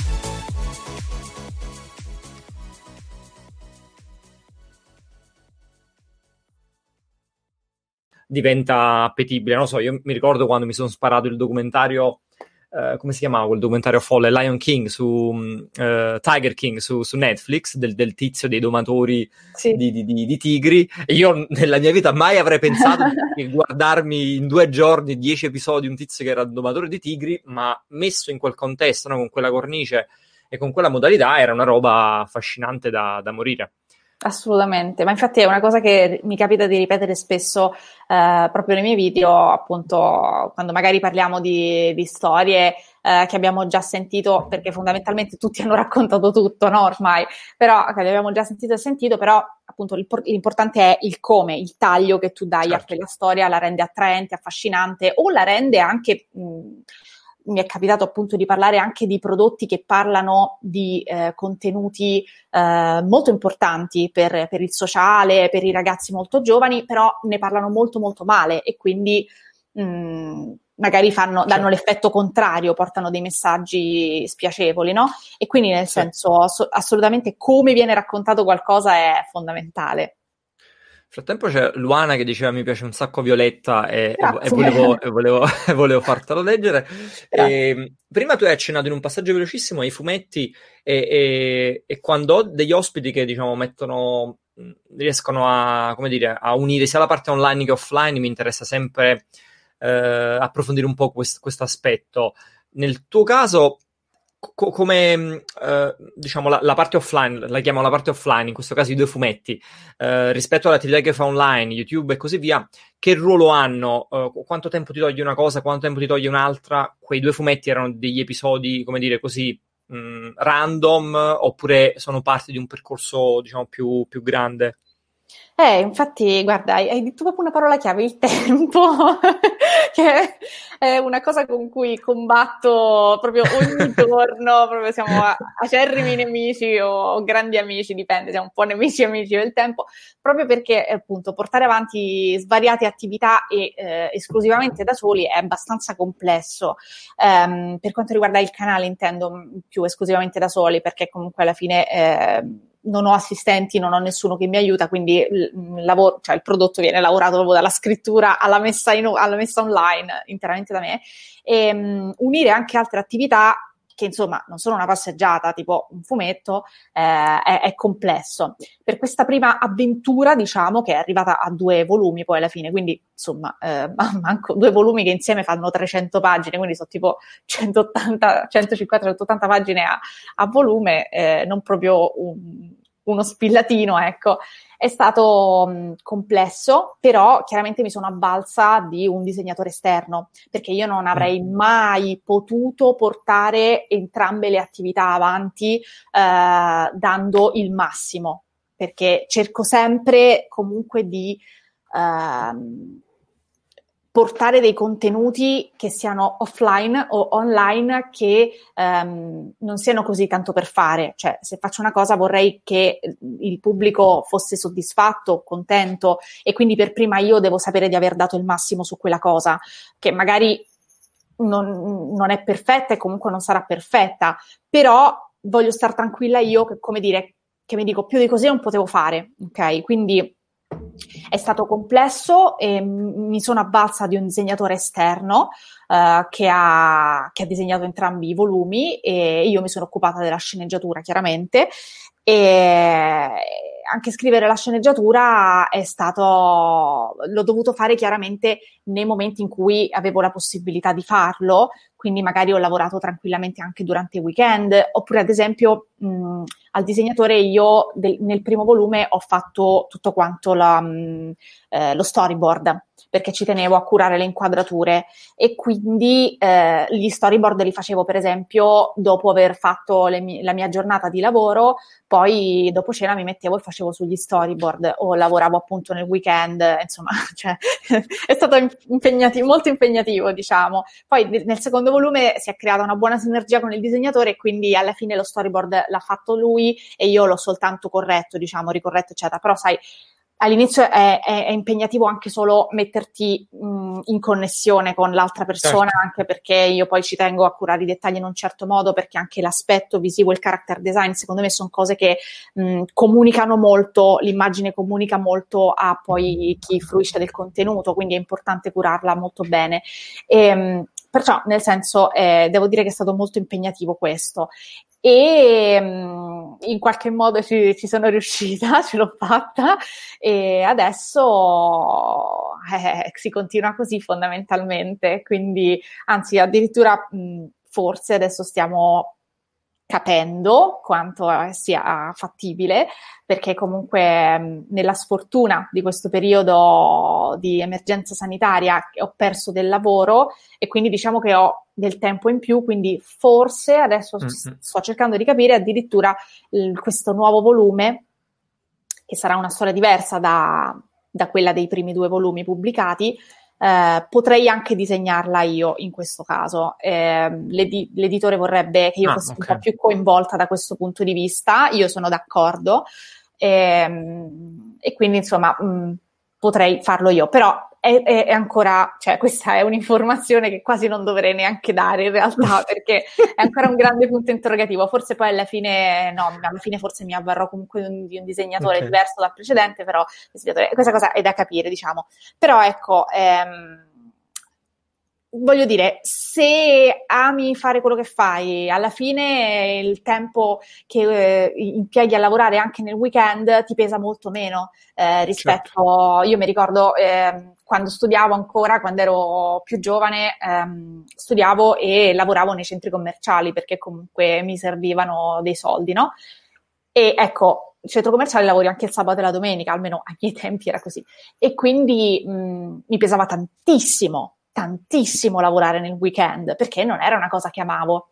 Diventa appetibile, non so, io mi ricordo quando mi sono sparato il documentario, come si chiamava quel documentario folle, Lion King Tiger King su Netflix, del tizio dei domatori di tigri, e io nella mia vita mai avrei pensato di guardarmi in 2 giorni 10 episodi di un tizio che era domatore di tigri, ma messo in quel contesto, no, con quella cornice e con quella modalità, era una roba affascinante da morire. Assolutamente, ma infatti è una cosa che mi capita di ripetere spesso proprio nei miei video, appunto, quando magari parliamo di storie che abbiamo già sentito, perché fondamentalmente tutti hanno raccontato tutto, no, ormai, però che abbiamo già sentito, però appunto l'importante è il come, il taglio che tu dai a quella storia, la rende attraente, affascinante, o la rende anche... mi è capitato appunto di parlare anche di prodotti che parlano di contenuti molto importanti per il sociale, per i ragazzi molto giovani, però ne parlano molto molto male e quindi magari danno l'effetto contrario, portano dei messaggi spiacevoli, no? E quindi nel senso assolutamente come viene raccontato qualcosa è fondamentale. Nel frattempo c'è Luana che diceva mi piace un sacco Violetta e volevo fartelo leggere. Prima tu hai accennato in un passaggio velocissimo ai fumetti e quando ho degli ospiti che diciamo riescono a, come dire, a unire sia la parte online che offline, mi interessa sempre approfondire un po' questo aspetto. Nel tuo caso come diciamo la parte offline, la chiamo la parte offline, in questo caso i 2 fumetti, rispetto all'attività che fa online, YouTube e così via, che ruolo hanno? Quanto tempo ti toglie una cosa, quanto tempo ti toglie un'altra? Quei 2 fumetti erano degli episodi, come dire così, random, oppure sono parte di un percorso, diciamo, più grande? Infatti, guarda, hai detto proprio una parola chiave, il tempo, che è una cosa con cui combatto proprio ogni giorno, proprio siamo acerrimi nemici o grandi amici, dipende, siamo un po' nemici amici del tempo, proprio perché appunto portare avanti svariate attività e esclusivamente da soli è abbastanza complesso. Per quanto riguarda il canale intendo più esclusivamente da soli, perché comunque alla fine non ho assistenti, non ho nessuno che mi aiuta, quindi il prodotto viene lavorato proprio dalla scrittura alla messa online interamente da me, e unire anche altre attività che insomma non sono una passeggiata, tipo un fumetto, è complesso. Per questa prima avventura, diciamo, che è arrivata a 2 volumi poi alla fine, quindi insomma manco 2 volumi che insieme fanno 300 pagine, quindi sono tipo 180, 150, 180 pagine a volume, non proprio uno spillatino, ecco. È stato complesso, però chiaramente mi sono avvalsa di un disegnatore esterno, perché io non avrei mai potuto portare entrambe le attività avanti dando il massimo, perché cerco sempre comunque di portare dei contenuti che siano offline o online, che non siano così tanto per fare. Cioè, se faccio una cosa vorrei che il pubblico fosse soddisfatto, contento, e quindi per prima io devo sapere di aver dato il massimo su quella cosa, che magari non è perfetta e comunque non sarà perfetta, però voglio star tranquilla io che, come dire, che mi dico più di così non potevo fare, ok? Quindi è stato complesso e mi sono avvalsa di un disegnatore esterno che ha disegnato entrambi i volumi, e io mi sono occupata della sceneggiatura chiaramente, e anche scrivere la sceneggiatura l'ho dovuto fare chiaramente nei momenti in cui avevo la possibilità di farlo, quindi magari ho lavorato tranquillamente anche durante i weekend, oppure ad esempio al disegnatore io nel primo volume ho fatto tutto quanto lo storyboard, perché ci tenevo a curare le inquadrature, e quindi gli storyboard li facevo per esempio dopo aver fatto la mia giornata di lavoro, poi dopo cena mi mettevo e facevo sugli storyboard, o lavoravo appunto nel weekend, insomma, cioè, è stato molto impegnativo, diciamo. Poi nel secondo volume si è creata una buona sinergia con il disegnatore, e quindi alla fine lo storyboard l'ha fatto lui e io l'ho soltanto corretto, diciamo, ricorretto, eccetera. Però sai, all'inizio è impegnativo anche solo metterti in connessione con l'altra persona, certo. Anche perché io poi ci tengo a curare i dettagli in un certo modo, perché anche l'aspetto visivo, il character design, secondo me sono cose che comunicano molto, l'immagine comunica molto a poi chi fruisce del contenuto, quindi è importante curarla molto bene. Perciò, nel senso, devo dire che è stato molto impegnativo questo. E in qualche modo ci sono riuscita, ce l'ho fatta, e adesso si continua così fondamentalmente, quindi anzi addirittura forse adesso stiamo capendo quanto sia fattibile, perché comunque nella sfortuna di questo periodo di emergenza sanitaria ho perso del lavoro, e quindi diciamo che ho del tempo in più, quindi forse adesso sto cercando di capire addirittura questo nuovo volume, che sarà una storia diversa da quella dei primi 2 volumi pubblicati. Potrei anche disegnarla io in questo caso. L'editore vorrebbe che io fossi un po' più coinvolta da questo punto di vista, io sono d'accordo, e quindi insomma potrei farlo io, però è ancora, cioè questa è un'informazione che quasi non dovrei neanche dare in realtà, perché è ancora un grande punto interrogativo. Forse poi alla fine forse mi avvarrò comunque di un disegnatore diverso dal precedente, però questa cosa è da capire, diciamo. Però ecco, voglio dire, se ami fare quello che fai, alla fine il tempo che impieghi a lavorare anche nel weekend ti pesa molto meno rispetto... Certo. Io mi ricordo quando studiavo ancora, quando ero più giovane, studiavo e lavoravo nei centri commerciali perché comunque mi servivano dei soldi, no? E ecco, il centro commerciale lavori anche il sabato e la domenica, almeno ai miei tempi era così. E quindi mi pesava tantissimo lavorare nel weekend, perché non era una cosa che amavo.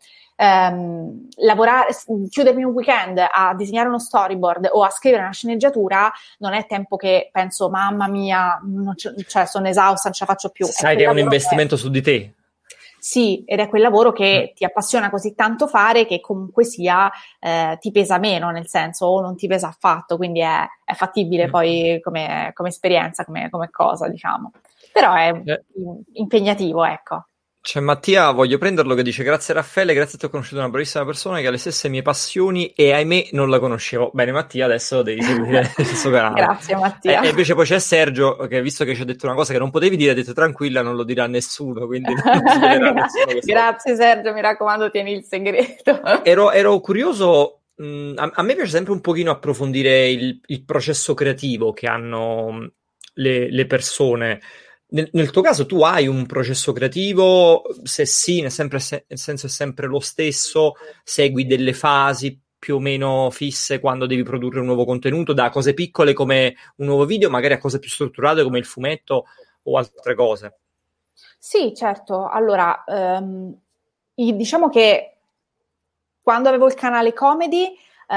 Chiudermi un weekend a disegnare uno storyboard o a scrivere una sceneggiatura non è tempo che penso, mamma mia, cioè sono esausta, non ce la faccio più. Sai che è un investimento su di te. Sì, ed è quel lavoro che ti appassiona così tanto fare che comunque sia ti pesa meno, nel senso, o non ti pesa affatto, quindi è fattibile poi come esperienza, come cosa, diciamo. Però è impegnativo, ecco. C'è Mattia, voglio prenderlo, che dice: grazie Raffaele, grazie a te ho conosciuto una bravissima persona che ha le stesse mie passioni e ahimè non la conoscevo. Bene Mattia, adesso devi seguire il suo canale. Grazie Mattia. E invece poi c'è Sergio, che visto che ci ha detto una cosa che non potevi dire, ha detto tranquilla, non lo dirà nessuno, quindi non svelerà nessuno. Grazie Sergio, mi raccomando, tieni il segreto. Ero curioso, a me piace sempre un pochino approfondire il processo creativo che hanno le persone. Nel tuo caso tu hai un processo creativo? Se sì, nel senso è sempre lo stesso? Segui delle fasi più o meno fisse quando devi produrre un nuovo contenuto, da cose piccole come un nuovo video, magari a cose più strutturate come il fumetto o altre cose? Sì, certo. Allora, diciamo che quando avevo il canale comedy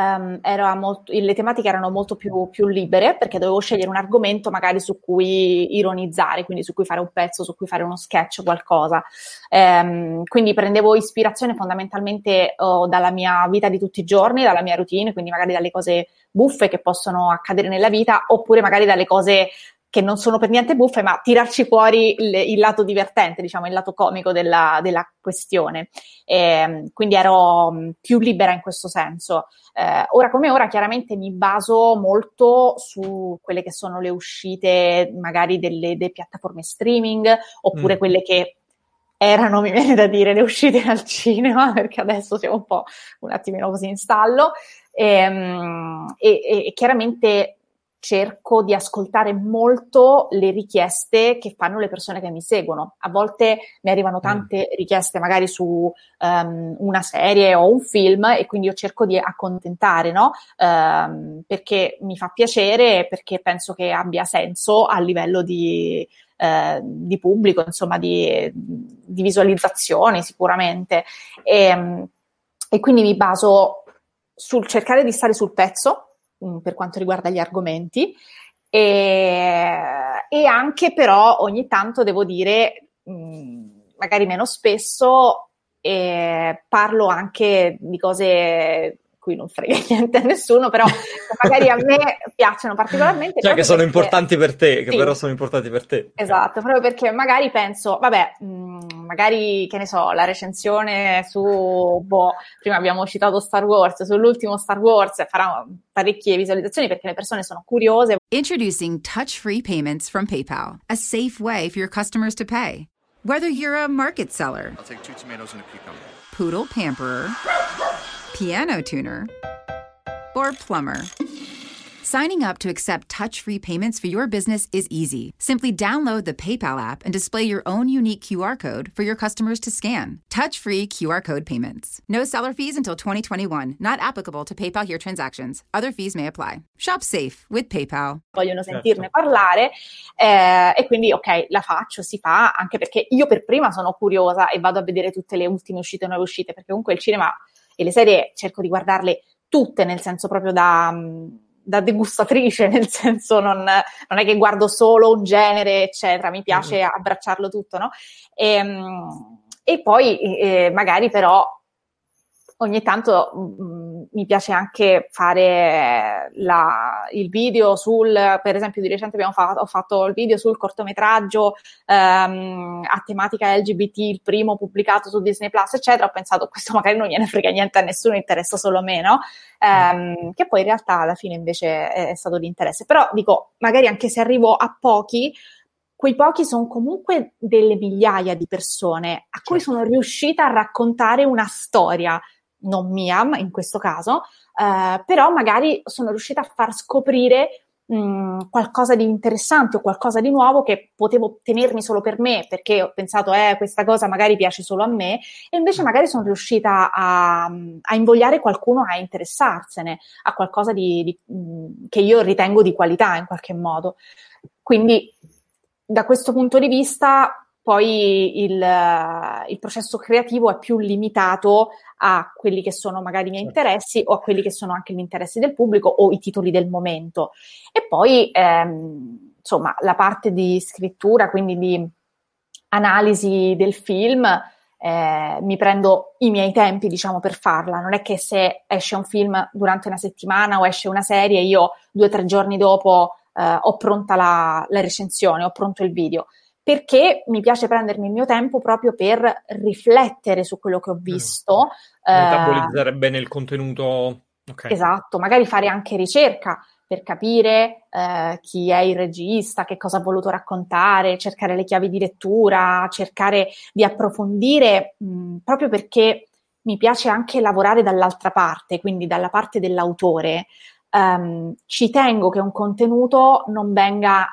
le tematiche erano molto più libere, perché dovevo scegliere un argomento magari su cui ironizzare, quindi su cui fare un pezzo, su cui fare uno sketch, qualcosa. Quindi prendevo ispirazione fondamentalmente dalla mia vita di tutti i giorni, dalla mia routine, quindi magari dalle cose buffe che possono accadere nella vita, oppure magari dalle cose che non sono per niente buffe, ma tirarci fuori il lato divertente, diciamo, il lato comico della questione. Quindi ero più libera in questo senso. Ora come ora chiaramente mi baso molto su quelle che sono le uscite magari delle piattaforme streaming, oppure quelle che erano, mi viene da dire, le uscite al cinema, perché adesso siamo un attimino così in stallo. E chiaramente cerco di ascoltare molto le richieste che fanno le persone che mi seguono. A volte mi arrivano tante richieste magari su una serie o un film, e quindi io cerco di accontentare, no? Perché mi fa piacere, perché penso che abbia senso a livello di pubblico, insomma, di visualizzazioni sicuramente. E quindi mi baso sul cercare di stare sul pezzo per quanto riguarda gli argomenti, e anche però ogni tanto devo dire, magari meno spesso, parlo anche di cose cui non frega niente a nessuno, però magari a me piacciono particolarmente. Cioè che sono perché, importanti per te, che sì, però sono importanti per te. Esatto, proprio perché magari penso, vabbè, magari, che ne so, la recensione su, prima abbiamo citato Star Wars, sull'ultimo Star Wars farà parecchie visualizzazioni perché le persone sono curiose. Introducing touch-free payments from PayPal, a safe way for your customers to pay. Whether you're a market seller, I'll take 2 tomatoes and a cucumber. poodle pamperer, piano tuner, or plumber, signing up to accept touch-free payments for your business is easy. Simply download the PayPal app and display your own unique QR code for your customers to scan. Touch-free QR code payments. No seller fees until 2021. Not applicable to PayPal here transactions. Other fees may apply. Shop safe with PayPal. Vogliono sentirne parlare, e quindi ok, la faccio, si fa, anche perché io per prima sono curiosa e vado a vedere tutte le ultime uscite e nuove uscite, perché comunque il cinema e le serie cerco di guardarle tutte, nel senso proprio da degustatrice, nel senso non è che guardo solo un genere, eccetera, mi piace abbracciarlo tutto, no? E poi magari però ogni tanto mi piace anche fare il video per esempio di recente ho fatto il video sul cortometraggio a tematica LGBT, il primo pubblicato su Disney Plus, eccetera. Ho pensato, questo magari non gliene frega niente a nessuno, interessa solo a me, no? Che poi in realtà alla fine invece è stato di interesse. Però dico, magari anche se arrivo a pochi, quei pochi sono comunque delle migliaia di persone a cui sono riuscita a raccontare una storia, non mia in questo caso, però magari sono riuscita a far scoprire qualcosa di interessante o qualcosa di nuovo che potevo tenermi solo per me, perché ho pensato questa cosa magari piace solo a me, e invece magari sono riuscita a invogliare qualcuno a interessarsene a qualcosa che io ritengo di qualità in qualche modo. Quindi da questo punto di vista poi il processo creativo è più limitato a quelli che sono magari i miei interessi o a quelli che sono anche gli interessi del pubblico o i titoli del momento. E poi, insomma, la parte di scrittura, quindi di analisi del film, mi prendo i miei tempi, diciamo, per farla. Non è che se esce un film durante una settimana o esce una serie, io 2 o 3 giorni dopo ho pronta la recensione, ho pronto il video. Perché mi piace prendermi il mio tempo proprio per riflettere su quello che ho visto. Metabolizzare bene il contenuto. Okay. Esatto, magari fare anche ricerca per capire chi è il regista, che cosa ha voluto raccontare, cercare le chiavi di lettura, cercare di approfondire, proprio perché mi piace anche lavorare dall'altra parte, quindi dalla parte dell'autore. Ci tengo che un contenuto non venga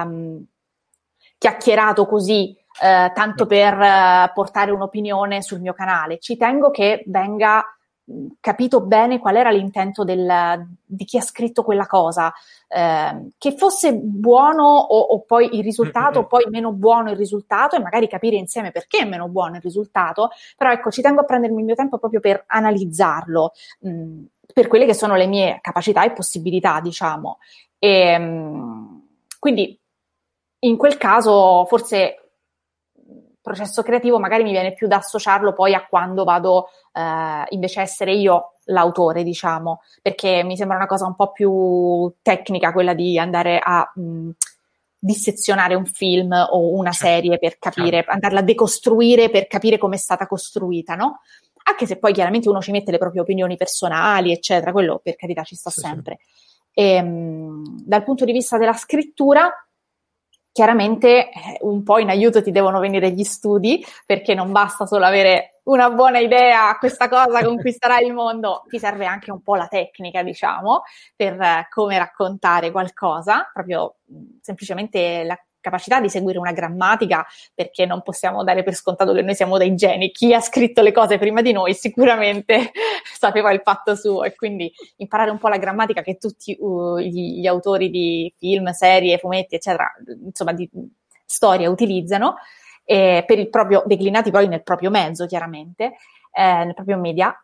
chiacchierato così, tanto per portare un'opinione sul mio canale. Ci tengo che venga capito bene qual era l'intento di chi ha scritto quella cosa, che fosse buono o poi il risultato, o poi meno buono il risultato, e magari capire insieme perché è meno buono il risultato. Però ecco, ci tengo a prendermi il mio tempo proprio per analizzarlo, per quelle che sono le mie capacità e possibilità, diciamo. E quindi in quel caso forse il processo creativo magari mi viene più da associarlo poi a quando vado invece a essere io l'autore, diciamo, perché mi sembra una cosa un po' più tecnica quella di andare a dissezionare un film o una serie per capire, andarla a decostruire per capire come è stata costruita, no? Anche se poi chiaramente uno ci mette le proprie opinioni personali, eccetera, quello per carità ci sta sempre. E, dal punto di vista della scrittura, chiaramente un po' in aiuto ti devono venire gli studi, perché non basta solo avere una buona idea, questa cosa conquisterà il mondo, ti serve anche un po' la tecnica, diciamo, per come raccontare qualcosa, proprio semplicemente la capacità di seguire una grammatica, perché non possiamo dare per scontato che noi siamo dei geni. Chi ha scritto le cose prima di noi sicuramente sapeva il fatto suo, e quindi imparare un po' la grammatica che tutti gli autori di film, serie, fumetti, eccetera, insomma di storia utilizzano, per il proprio, declinati poi nel proprio mezzo, chiaramente, nel proprio media.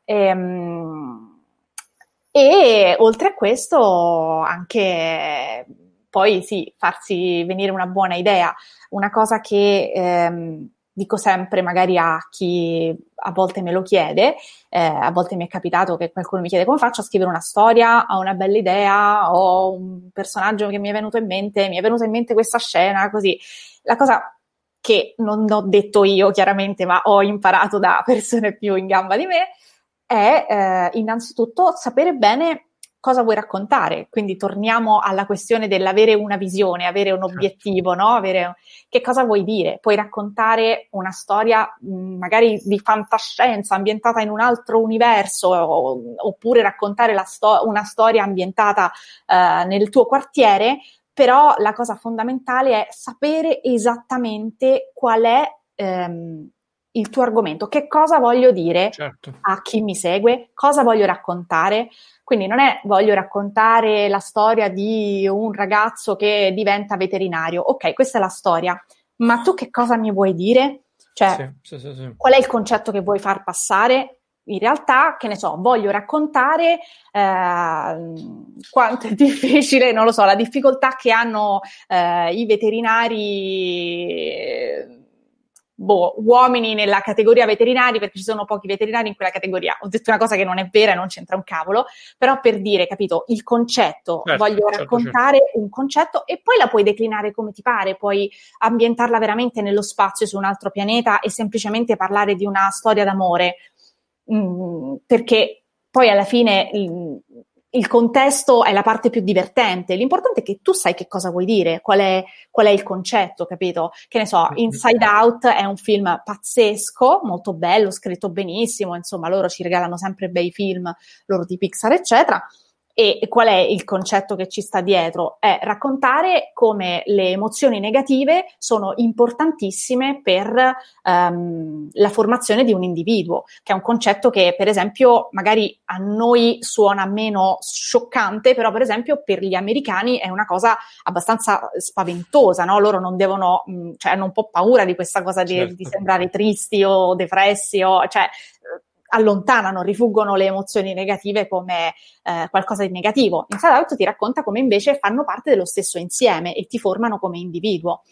E oltre a questo anche poi sì, farsi venire una buona idea. Una cosa che dico sempre magari a chi a volte me lo chiede, a volte mi è capitato che qualcuno mi chiede come faccio a scrivere una storia, ho una bella idea, ho un personaggio che mi è venuto in mente questa scena, così. La cosa che non ho detto io chiaramente, ma ho imparato da persone più in gamba di me, è innanzitutto sapere bene cosa vuoi raccontare. Quindi torniamo alla questione dell'avere una visione, avere un obiettivo, no? Che cosa vuoi dire? Puoi raccontare una storia magari di fantascienza ambientata in un altro universo, oppure raccontare una storia ambientata nel tuo quartiere, però la cosa fondamentale è sapere esattamente qual è il tuo argomento, che cosa voglio dire a chi mi segue, cosa voglio raccontare. Quindi non è voglio raccontare la storia di un ragazzo che diventa veterinario. Ok, questa è la storia, ma tu che cosa mi vuoi dire? Cioè, sì. Qual è il concetto che vuoi far passare? In realtà, che ne so, voglio raccontare quanto è difficile, non lo so, la difficoltà che hanno i veterinari, uomini nella categoria veterinari, perché ci sono pochi veterinari in quella categoria. Ho detto una cosa che non è vera e non c'entra un cavolo, però per dire, capito, il concetto, voglio raccontare un concetto, e poi la puoi declinare come ti pare, puoi ambientarla veramente nello spazio, su un altro pianeta, e semplicemente parlare di una storia d'amore, perché poi alla fine il contesto è la parte più divertente, l'importante è che tu sai che cosa vuoi dire, qual è il concetto, capito? Che ne so, Inside Out è un film pazzesco, molto bello, scritto benissimo, insomma loro ci regalano sempre bei film, loro di Pixar eccetera. E qual è il concetto che ci sta dietro? È raccontare come le emozioni negative sono importantissime per la formazione di un individuo, che è un concetto che per esempio magari a noi suona meno scioccante, però per esempio per gli americani è una cosa abbastanza spaventosa, no? Loro non devono, cioè hanno un po' paura di questa cosa di sembrare tristi o depressi, cioè allontanano, rifuggono le emozioni negative come qualcosa di negativo. Inside Out ti racconta come invece fanno parte dello stesso insieme e ti formano come individuo.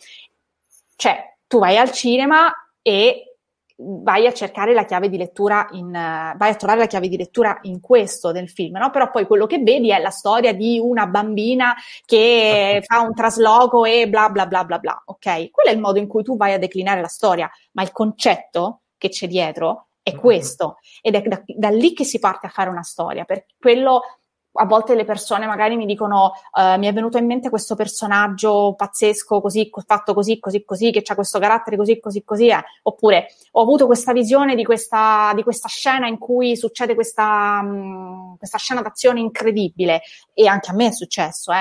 Cioè, tu vai al cinema e vai a cercare la chiave di lettura vai a trovare la chiave di lettura in questo del film, no? Però poi quello che vedi è la storia di una bambina che fa un trasloco e bla bla bla bla bla, ok? Quello è il modo in cui tu vai a declinare la storia, ma il concetto che c'è dietro è questo, ed è da lì che si parte a fare una storia. Per quello a volte le persone magari mi dicono mi è venuto in mente questo personaggio pazzesco, così fatto così, che ha questo carattere così, oppure ho avuto questa visione di questa scena in cui succede questa scena d'azione incredibile, e anche a me è successo,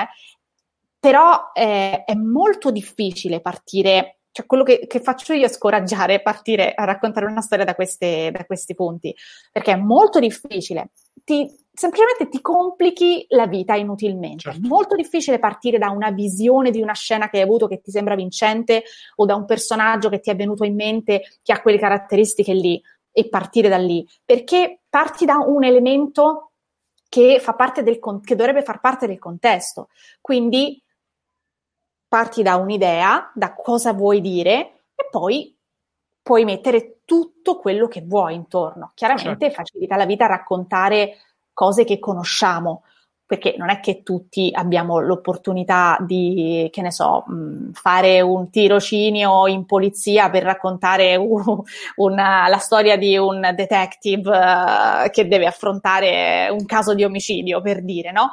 però è molto difficile partire. Cioè, quello che faccio io è scoraggiare, partire a raccontare una storia da questi punti, perché è molto difficile, semplicemente ti complichi la vita inutilmente. Certo. È molto difficile partire da una visione di una scena che hai avuto che ti sembra vincente, o da un personaggio che ti è venuto in mente che ha quelle caratteristiche lì, e partire da lì, perché parti da un elemento che fa parte che dovrebbe far parte del contesto, quindi parti da un'idea, da cosa vuoi dire, e poi puoi mettere tutto quello che vuoi intorno. Chiaramente facilita la vita a raccontare cose che conosciamo, perché non è che tutti abbiamo l'opportunità di, che ne so, fare un tirocinio in polizia per raccontare la storia di un detective che deve affrontare un caso di omicidio, per dire, no?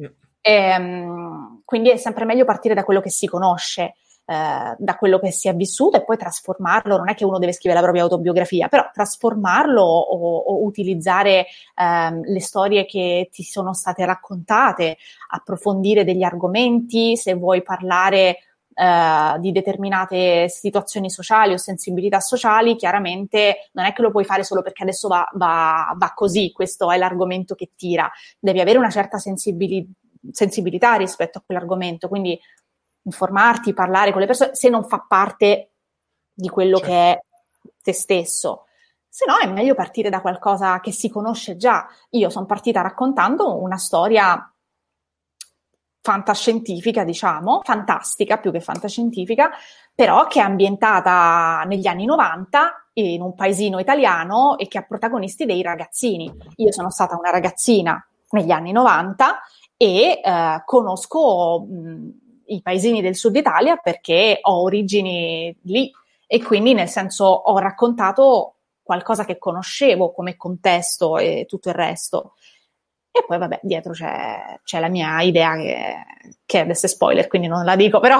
Quindi è sempre meglio partire da quello che si conosce, da quello che si è vissuto, e poi trasformarlo. Non è che uno deve scrivere la propria autobiografia, però trasformarlo o utilizzare le storie che ti sono state raccontate, approfondire degli argomenti, se vuoi parlare di determinate situazioni sociali o sensibilità sociali. Chiaramente non è che lo puoi fare solo perché adesso va così, questo è l'argomento che tira, devi avere una certa sensibilità rispetto a quell'argomento, quindi informarti, parlare con le persone, se non fa parte di quello che è te stesso. Se no è meglio partire da qualcosa che si conosce già. Io sono partita raccontando una storia fantascientifica, diciamo, fantastica più che fantascientifica, però che è ambientata negli anni 90 in un paesino italiano e che ha protagonisti dei ragazzini. Io sono stata una ragazzina negli anni 90 e conosco i paesini del sud Italia perché ho origini lì, e quindi nel senso ho raccontato qualcosa che conoscevo come contesto e tutto il resto. E poi vabbè, dietro c'è la mia idea che adesso è spoiler, quindi non la dico, però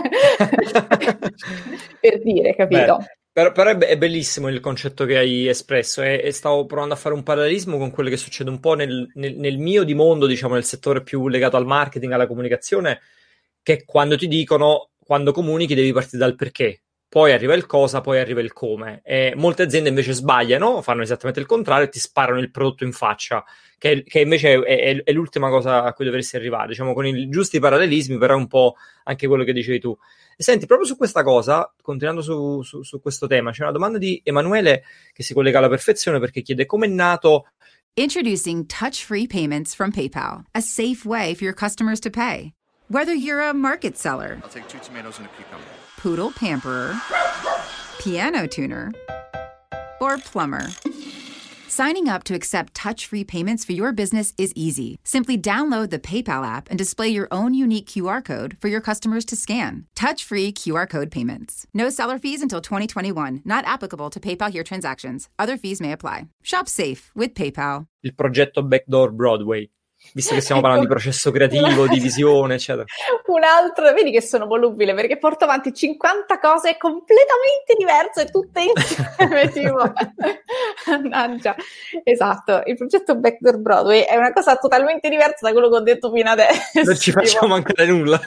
per dire, capito? Beh, però è bellissimo il concetto che hai espresso, e stavo provando a fare un parallelismo con quello che succede un po' nel mio di mondo, diciamo, nel settore più legato al marketing, alla comunicazione, che quando ti dicono, quando comunichi devi partire dal perché, poi arriva il cosa, poi arriva il come, e molte aziende invece sbagliano, fanno esattamente il contrario e ti sparano il prodotto in faccia, che invece è l'ultima cosa a cui dovresti arrivare, diciamo, con i giusti parallelismi, però è un po' anche quello che dicevi tu. E senti, proprio su questa cosa, continuando su questo tema, c'è una domanda di Emanuele che si collega alla perfezione, perché chiede come è nato. Introducing touch-free payments from PayPal, a safe way for your customers to pay. Whether you're a market seller, I'll take 2 tomatoes and a cucumber. Poodle pamperer, piano tuner, or plumber, signing up to accept touch-free payments for your business is easy. Simply download the PayPal app and display your own unique QR code for your customers to scan. Touch-free QR code payments. No seller fees until 2021. Not applicable to PayPal Here transactions. Other fees may apply. Shop safe with PayPal. Il progetto Backdoor Broadway. Visto che stiamo parlando di processo creativo, di visione, eccetera. Un altro, vedi che sono volubile perché porto avanti 50 cose completamente diverse, tutte insieme, tipo. Mannaggia. Esatto, il progetto Backdoor Broadway è una cosa totalmente diversa da quello che ho detto fino adesso. Non ci facciamo mancare nulla.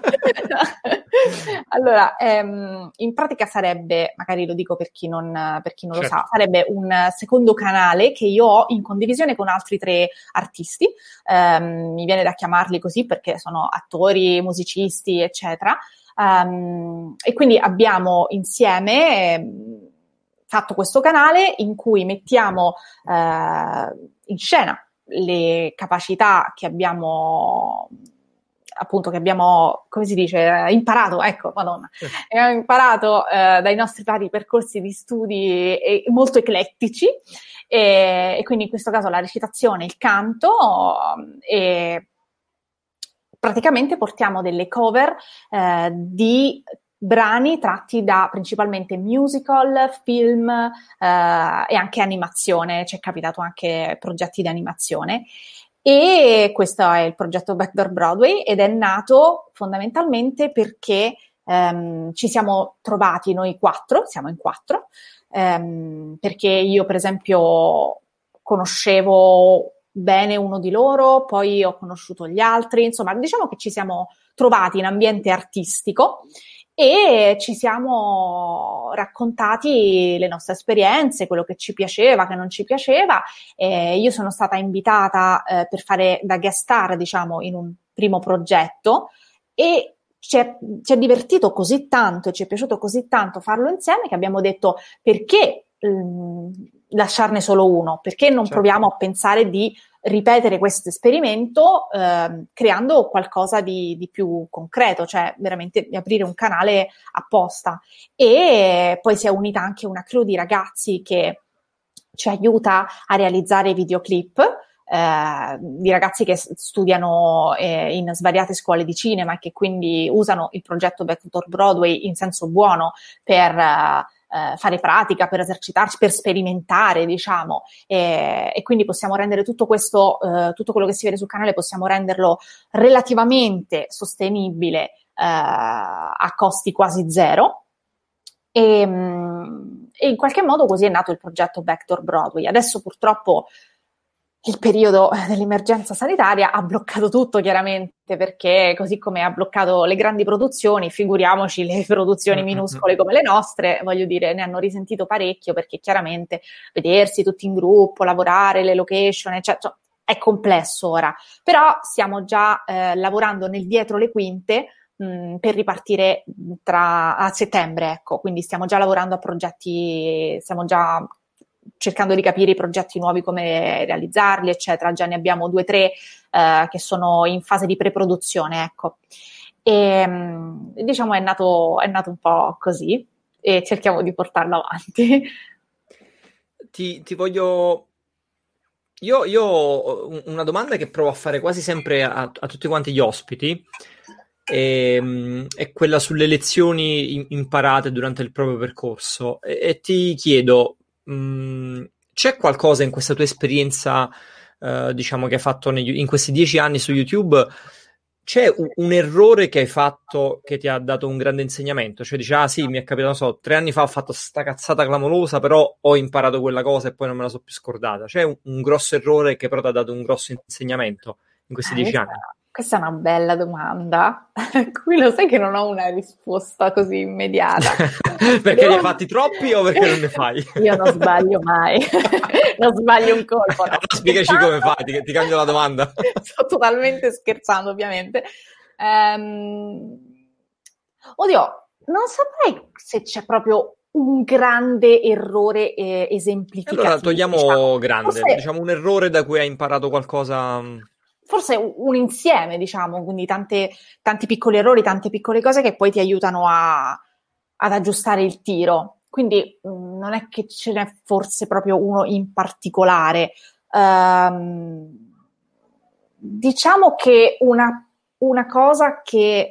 Allora, in pratica sarebbe, magari lo dico per chi non lo sa, sarebbe un secondo canale che io ho in condivisione con altri 3 artisti. Mi viene da chiamarli così perché sono attori, musicisti, eccetera. E quindi abbiamo insieme fatto questo canale in cui mettiamo in scena le capacità che abbiamo, appunto, come si dice, imparato, ecco, madonna, abbiamo imparato dai nostri vari percorsi di studi molto eclettici, e quindi in questo caso la recitazione, il canto, e praticamente portiamo delle cover di brani tratti da principalmente musical, film e anche animazione, ci è capitato anche progetti di animazione. E questo è il progetto Backdoor Broadway ed è nato fondamentalmente perché ci siamo trovati noi 4, siamo in 4, perché io per esempio conoscevo bene uno di loro, poi ho conosciuto gli altri, insomma diciamo che ci siamo trovati in ambiente artistico e ci siamo raccontati le nostre esperienze, quello che ci piaceva, che non ci piaceva. Io sono stata invitata per fare da guest star, diciamo, in un primo progetto e ci è divertito così tanto e ci è piaciuto così tanto farlo insieme che abbiamo detto perché lasciarne solo uno, perché non proviamo a pensare di ripetere questo esperimento creando qualcosa di più concreto, cioè veramente di aprire un canale apposta. E poi si è unita anche una crew di ragazzi che ci aiuta a realizzare videoclip, di ragazzi che studiano in svariate scuole di cinema e che quindi usano il progetto Backdoor Broadway in senso buono per fare pratica, per esercitarci, per sperimentare, diciamo, e quindi possiamo rendere tutto questo, tutto quello che si vede sul canale, possiamo renderlo relativamente sostenibile a costi quasi zero. E in qualche modo così è nato il progetto Backdoor Broadway. Adesso purtroppo il periodo dell'emergenza sanitaria ha bloccato tutto, chiaramente, perché così come ha bloccato le grandi produzioni, figuriamoci le produzioni minuscole come le nostre, voglio dire, ne hanno risentito parecchio, perché chiaramente vedersi tutti in gruppo, lavorare, le location, eccetera, è complesso ora. Però stiamo già lavorando nel dietro le quinte per ripartire a settembre, ecco, quindi stiamo già lavorando a progetti, stiamo già cercando di capire i progetti nuovi, come realizzarli, eccetera. Già ne abbiamo 2 o 3 che sono in fase di preproduzione, ecco. E diciamo è nato un po' così e cerchiamo di portarlo avanti. Ti voglio... Io ho una domanda che provo a fare quasi sempre a tutti quanti gli ospiti, è quella sulle lezioni imparate durante il proprio percorso, e ti chiedo, c'è qualcosa in questa tua esperienza, diciamo, che hai fatto in questi 10 anni su YouTube, c'è un errore che hai fatto che ti ha dato un grande insegnamento? Cioè dici, ah sì, mi è capitato, non so, 3 anni fa ho fatto sta cazzata clamorosa, però ho imparato quella cosa e poi non me la so più scordata. C'è un grosso errore che però ti ha dato un grosso insegnamento in questi 10 anni? Questa è una bella domanda, qui lo sai che non ho una risposta così immediata. Perché ne hai fatti troppi o perché non ne fai? Io non sbaglio mai, non sbaglio un colpo. No. Spiegaci come fai, ti cambio la domanda. Sto totalmente scherzando, ovviamente. Oddio, non saprei se c'è proprio un grande errore esemplificativo. Allora togliamo, diciamo, grande, forse, diciamo un errore da cui hai imparato qualcosa... Forse un insieme, diciamo, quindi tanti piccoli errori, tante piccole cose che poi ti aiutano ad aggiustare il tiro. Quindi non è che ce n'è forse proprio uno in particolare. Diciamo che una cosa che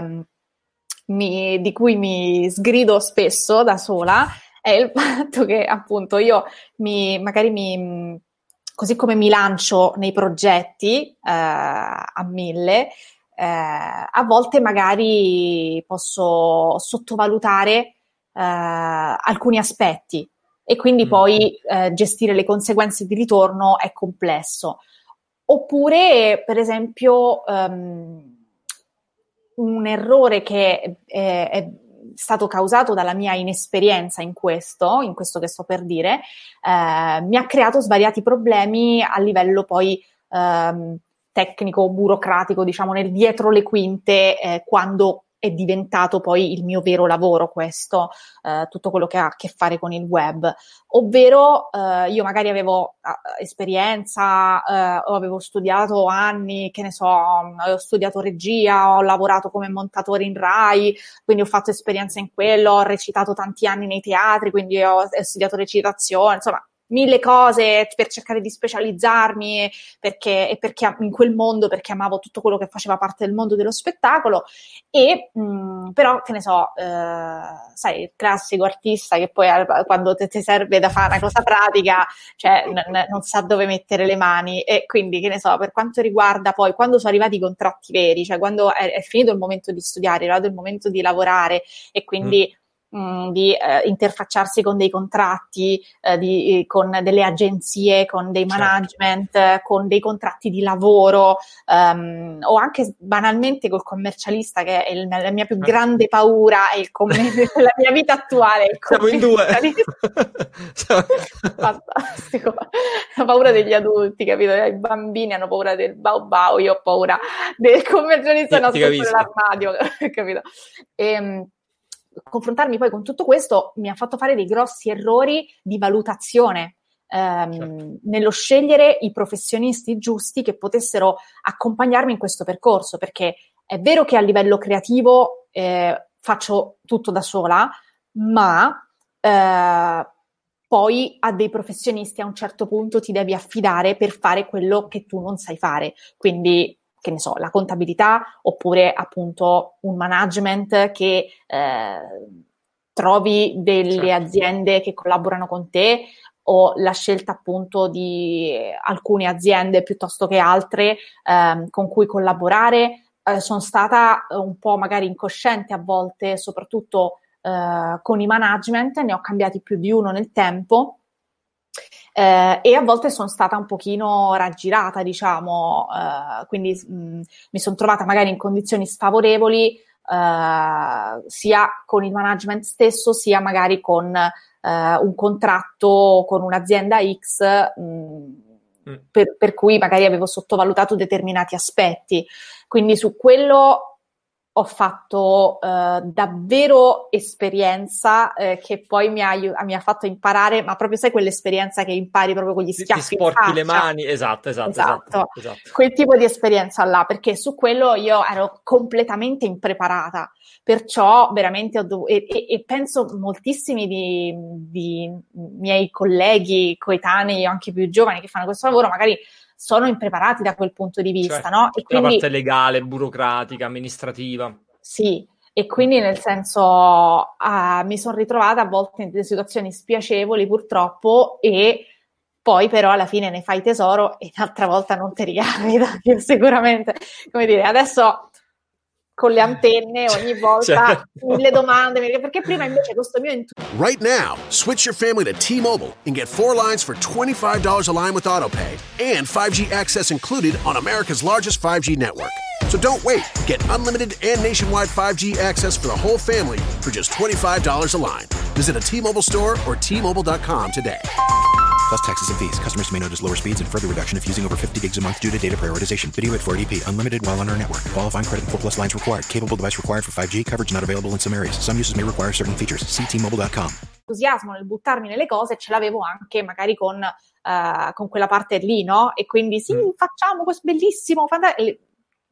di cui mi sgrido spesso da sola è il fatto che appunto io magari mi così come mi lancio nei progetti a 1000, a volte magari posso sottovalutare alcuni aspetti e quindi poi gestire le conseguenze di ritorno è complesso. Oppure, per esempio, un errore che è stato causato dalla mia inesperienza in questo che sto per dire, mi ha creato svariati problemi a livello poi tecnico, burocratico, diciamo, nel dietro le quinte, quando è diventato poi il mio vero lavoro questo, tutto quello che ha a che fare con il web. Ovvero, io magari avevo esperienza, o avevo studiato anni, che ne so, ho studiato regia, ho lavorato come montatore in Rai, quindi ho fatto esperienza in quello, ho recitato tanti anni nei teatri, quindi ho studiato recitazione, insomma, 1000 cose per cercare di specializzarmi perché in quel mondo, perché amavo tutto quello che faceva parte del mondo dello spettacolo e però, che ne so, sai, il classico artista che poi quando ti serve da fare una cosa pratica, cioè non sa dove mettere le mani, e quindi, che ne so, per quanto riguarda poi quando sono arrivati i contratti veri, cioè quando è finito il momento di studiare, è arrivato il momento di lavorare e quindi di interfacciarsi con dei contratti, con delle agenzie, con dei management, con dei contratti di lavoro, o anche banalmente col commercialista, che è la mia più grande paura, è la mia vita attuale. Siamo in due. Fantastico. La paura degli adulti, capito? I bambini hanno paura del bau bau, io ho paura del commercialista nascosto nell'armadio, capito? Confrontarmi poi con tutto questo mi ha fatto fare dei grossi errori di valutazione nello scegliere i professionisti giusti che potessero accompagnarmi in questo percorso, perché è vero che a livello creativo faccio tutto da sola, ma poi a dei professionisti a un certo punto ti devi affidare per fare quello che tu non sai fare, quindi, che ne so, la contabilità, oppure appunto un management che trovi delle aziende che collaborano con te, o la scelta appunto di alcune aziende piuttosto che altre con cui collaborare. Sono stata un po' magari incosciente a volte, soprattutto con i management, ne ho cambiati più di uno nel tempo. E a volte sono stata un pochino raggirata, diciamo, quindi mi sono trovata magari in condizioni sfavorevoli sia con il management stesso, sia magari con un contratto con un'azienda X, per cui magari avevo sottovalutato determinati aspetti. Quindi su quello ho fatto davvero esperienza che poi mi ha fatto imparare, ma proprio sai quell'esperienza che impari proprio con gli schiaffi ti sporchi le mani, esatto. Quel tipo di esperienza là, perché su quello io ero completamente impreparata, perciò veramente e penso moltissimi di miei colleghi coetanei o anche più giovani che fanno questo lavoro magari sono impreparati da quel punto di vista, no? E quindi, la parte legale, burocratica, amministrativa. Sì, e quindi nel senso mi sono ritrovata a volte in delle situazioni spiacevoli purtroppo, e poi però alla fine ne fai tesoro e l'altra volta non ti ricapita, sicuramente. Come dire, adesso con le antenne ogni volta 1000 domande, perché prima invece questo mio Right now, switch your family to T-Mobile and get 4 lines for $25 a line with AutoPay and 5G access included on America's largest 5G network. So don't wait. Get unlimited and nationwide 5G access for the whole family for just $25 a line. Visit a T-Mobile store or T-Mobile.com today. Plus taxes and fees. Customers may notice lower speeds and further reduction if using over 50 gigs a month due to data prioritization. Video at 480p. Unlimited while on our network. Qualifying credit and 4 plus lines required. Capable device required for 5G. Coverage not available in some areas. Some uses may require certain features. See T-Mobile.com. Entusiasmo nel buttarmi nelle cose ce l'avevo anche magari con quella parte lì, no? E quindi sì, facciamo questo bellissimo,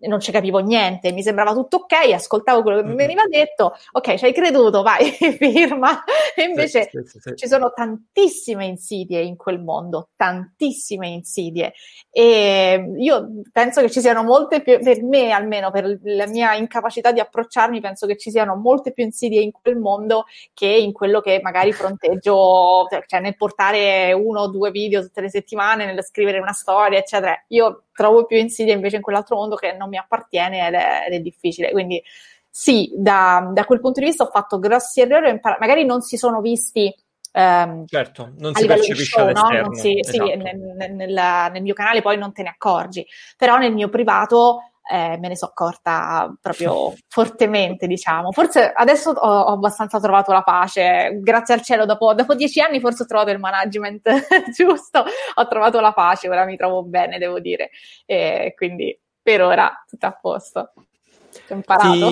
non ci capivo niente, mi sembrava tutto ok, ascoltavo quello che mi veniva detto, ok, ci hai creduto, vai, firma. E invece Sì. ci sono tantissime insidie in quel mondo, tantissime insidie. E io penso che ci siano molte più, per me almeno, per la mia incapacità di approcciarmi, penso che ci siano molte più insidie in quel mondo che in quello che magari fronteggio, cioè nel portare 1 o 2 video tutte le settimane, nel scrivere una storia, eccetera. Io trovo più insidie invece in quell'altro mondo che non mi appartiene ed è difficile. Quindi sì, da quel punto di vista ho fatto grossi errori, magari non si sono visti certo, non a si livello di percepisce show, no? all'esterno. Non si, Esatto. sì, nel mio canale poi non te ne accorgi, però nel mio privato me ne sono accorta proprio fortemente, diciamo. Forse adesso ho abbastanza trovato la pace, grazie al cielo, dopo 10 anni forse ho trovato il management giusto, ho trovato la pace, ora mi trovo bene, devo dire, e quindi per ora tutto a posto. Ho imparato.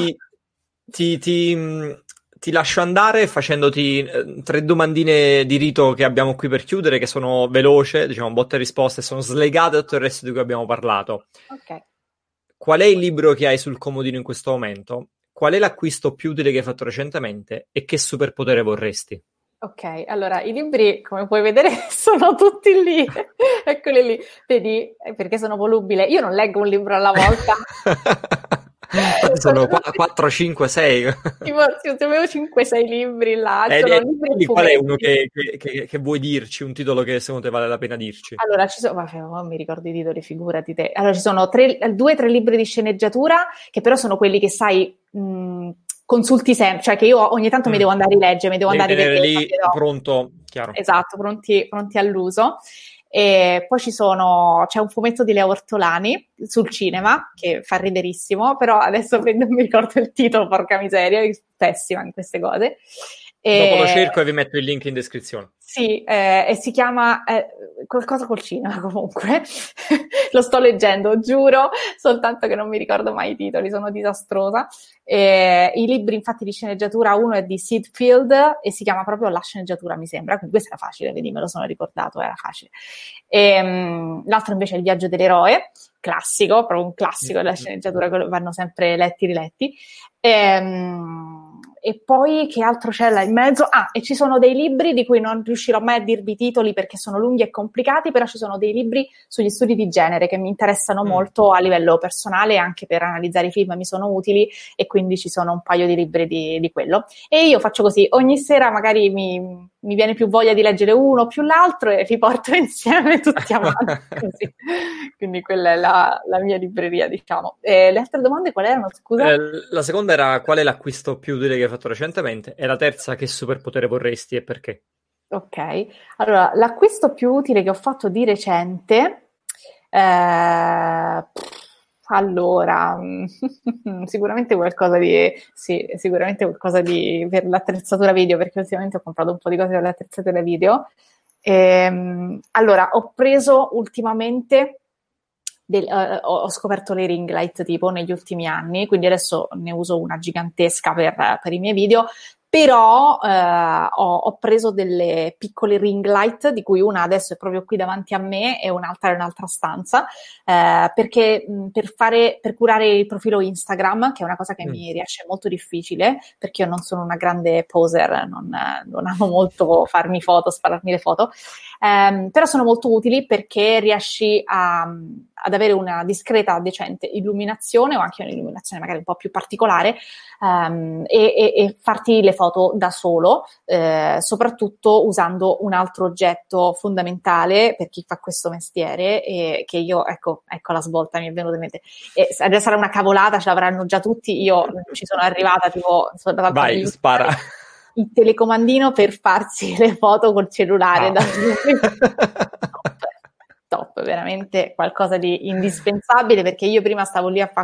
Ti lascio andare facendoti 3 domandine di rito che abbiamo qui per chiudere, che sono veloce, diciamo botte e risposte, sono slegate da tutto il resto di cui abbiamo parlato. Ok. Qual è il libro che hai sul comodino in questo momento? Qual è l'acquisto più utile che hai fatto recentemente? E che superpotere vorresti? Ok, allora i libri, come puoi vedere, sono tutti lì, eccoli lì, vedi, perché sono volubile. Io non leggo un libro alla volta. Sono 4, 5, 6. Avevo 5-6 libri là. Sono libri qual è uno che vuoi dirci? Un titolo che secondo te vale la pena dirci? Allora, ci sono, non mi ricordo i titoli, figurati te. Allora, ci sono 2 o 3 libri di sceneggiatura, che però sono quelli che sai, consulti sempre, cioè che io ogni tanto mi devo andare a rileggere, mi devo andare a rivedere. Lì pronto, chiaro. Esatto, pronti all'uso. E poi c'è un fumetto di Lea Ortolani sul cinema che fa riderissimo, però adesso non mi ricordo il titolo, porca miseria, pessima in queste cose. Dopo lo cerco e vi metto il link in descrizione. Sì, e si chiama qualcosa col cinema comunque. Lo sto leggendo, giuro, soltanto che non mi ricordo mai i titoli, sono disastrosa. I libri infatti di sceneggiatura, uno è di Sid Field e si chiama proprio La sceneggiatura, mi sembra, quindi questo era facile, vedi, me lo sono ricordato, era facile. L'altro invece è Il viaggio dell'eroe, classico, proprio un classico della sceneggiatura, che vanno sempre letti e riletti. E poi che altro c'è là in mezzo? E ci sono dei libri di cui non riuscirò mai a dirvi i titoli perché sono lunghi e complicati, però ci sono dei libri sugli studi di genere che mi interessano molto a livello personale, anche per analizzare i film mi sono utili, e quindi ci sono un paio di libri di quello. E io faccio così, ogni sera magari mi viene più voglia di leggere uno o più l'altro e li porto insieme tutti avanti così. Quindi quella è la mia libreria, diciamo. Le altre domande qual erano, scusa? La seconda era qual è l'acquisto più utile che hai fatto recentemente, e la terza che superpotere vorresti e perché? Ok, allora l'acquisto più utile che ho fatto di recente, allora sicuramente qualcosa di per l'attrezzatura video, perché ultimamente ho comprato un po' di cose per l'attrezzatura video. Allora ho preso ultimamente ho scoperto le ring light tipo negli ultimi anni, quindi adesso ne uso una gigantesca per i miei video, però ho preso delle piccole ring light, di cui una adesso è proprio qui davanti a me e un'altra è in un'altra stanza, perché per curare il profilo Instagram, che è una cosa che mi riesce molto difficile, perché io non sono una grande poser, non amo molto farmi foto, spararmi le foto, però sono molto utili perché riesci ad avere una discreta, decente illuminazione, o anche un'illuminazione magari un po' più particolare, e farti le foto da solo, soprattutto usando un altro oggetto fondamentale per chi fa questo mestiere, e che io, ecco la svolta, mi è venuta in mente. Adesso sarà una cavolata, ce l'avranno già tutti, io ci sono arrivata, tipo, vai, spara. Il telecomandino per farsi le foto col cellulare da top, veramente qualcosa di indispensabile, sì. Perché io prima stavo lì a fare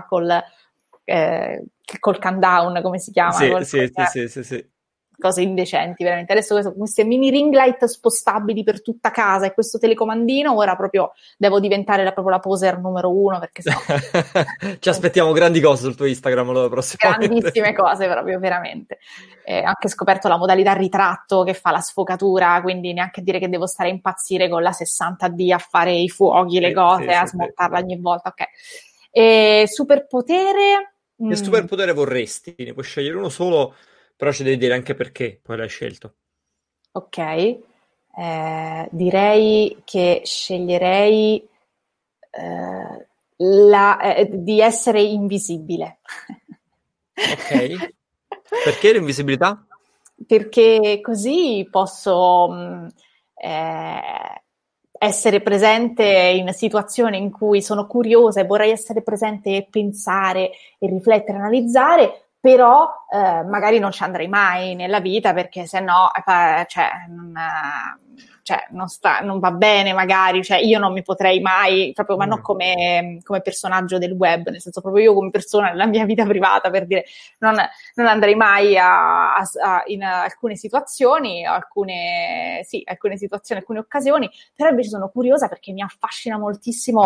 col countdown, come si chiama? Sì. Cose indecenti, veramente. Adesso queste mini ring light spostabili per tutta casa e questo telecomandino, ora proprio devo diventare proprio la poser numero 1, perché sennò ci aspettiamo grandi cose sul tuo Instagram la prossima. Grandissime cose, proprio, veramente. Anche scoperto la modalità ritratto che fa la sfocatura, quindi neanche dire che devo stare a impazzire con la 60D a fare i fuochi, le cose, a smontarla ogni volta, ok. E superpotere? Che superpotere vorresti? Ne puoi scegliere uno solo, però ci devi dire anche perché poi l'hai scelto. Ok, direi che sceglierei di essere invisibile. Ok, perché l'invisibilità? Perché così posso essere presente in situazioni in cui sono curiosa e vorrei essere presente e pensare e riflettere, analizzare, però magari non ci andrei mai nella vita perché se no non va bene magari, cioè io non mi potrei mai, proprio, ma non come personaggio del web, nel senso proprio io come persona nella mia vita privata, per dire, non andrei mai in alcune situazioni, alcune situazioni, alcune occasioni, però invece sono curiosa perché mi affascina moltissimo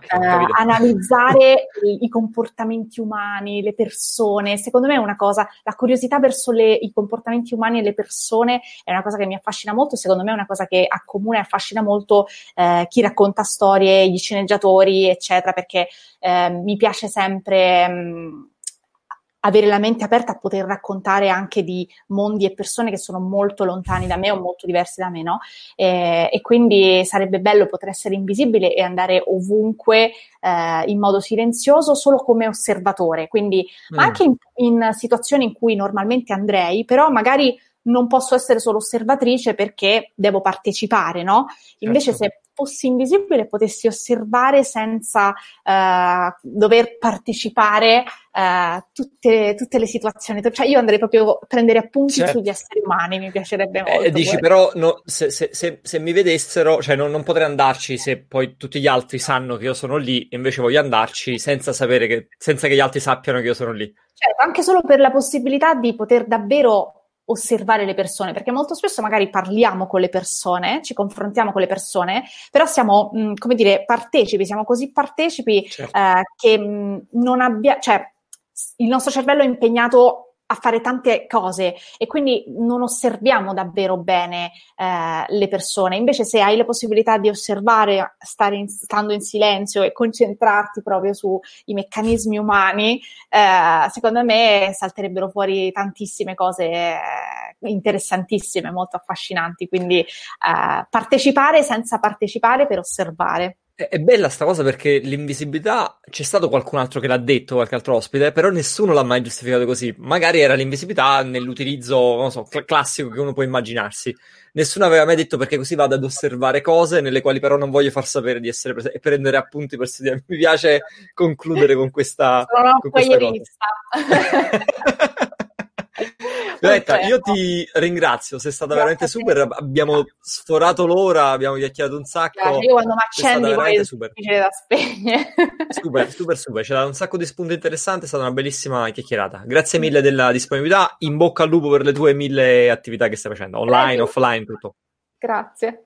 analizzare i comportamenti umani, le persone. Secondo me è una cosa, la curiosità verso i comportamenti umani e le persone è una cosa che mi affascina molto, secondo me è una cosa che accomuna e affascina molto chi racconta storie, gli sceneggiatori, eccetera, perché mi piace sempre avere la mente aperta a poter raccontare anche di mondi e persone che sono molto lontani da me o molto diversi da me, no? E quindi sarebbe bello poter essere invisibile e andare ovunque in modo silenzioso, solo come osservatore, quindi ma anche in situazioni in cui normalmente andrei, però magari non posso essere solo osservatrice perché devo partecipare, no? Invece se fossi invisibile potessi osservare senza dover partecipare tutte le situazioni. Cioè io andrei proprio a prendere appunti sugli esseri umani, mi piacerebbe molto. Dici però no, se mi vedessero, cioè non potrei andarci se poi tutti gli altri sanno che io sono lì, e invece voglio andarci senza che gli altri sappiano che io sono lì. Certo, anche solo per la possibilità di poter davvero osservare le persone, perché molto spesso magari parliamo con le persone, ci confrontiamo con le persone, però siamo, come dire, partecipi, siamo così partecipi che cioè il nostro cervello è impegnato a fare tante cose e quindi non osserviamo davvero bene le persone. Invece se hai la possibilità di osservare stando in silenzio e concentrarti proprio sui meccanismi umani, secondo me salterebbero fuori tantissime cose interessantissime, molto affascinanti. Quindi partecipare senza partecipare per osservare. È bella sta cosa perché l'invisibilità, c'è stato qualcun altro che l'ha detto, qualche altro ospite, però nessuno l'ha mai giustificato così. Magari era l'invisibilità nell'utilizzo, non so, classico che uno può immaginarsi. Nessuno aveva mai detto perché così vado ad osservare cose nelle quali però non voglio far sapere di essere presente e prendere appunti per studiare. Mi piace concludere con questa questa Violetta, io ti ringrazio, sei stata veramente super, abbiamo sforato l'ora, abbiamo chiacchierato un sacco. Io quando mi accendi poi è difficile da spegnere. Super, ci ha dato un sacco di spunti interessanti, è stata una bellissima chiacchierata. Grazie mille della disponibilità, in bocca al lupo per le tue 1000 attività che stai facendo, online, offline, tutto. Grazie.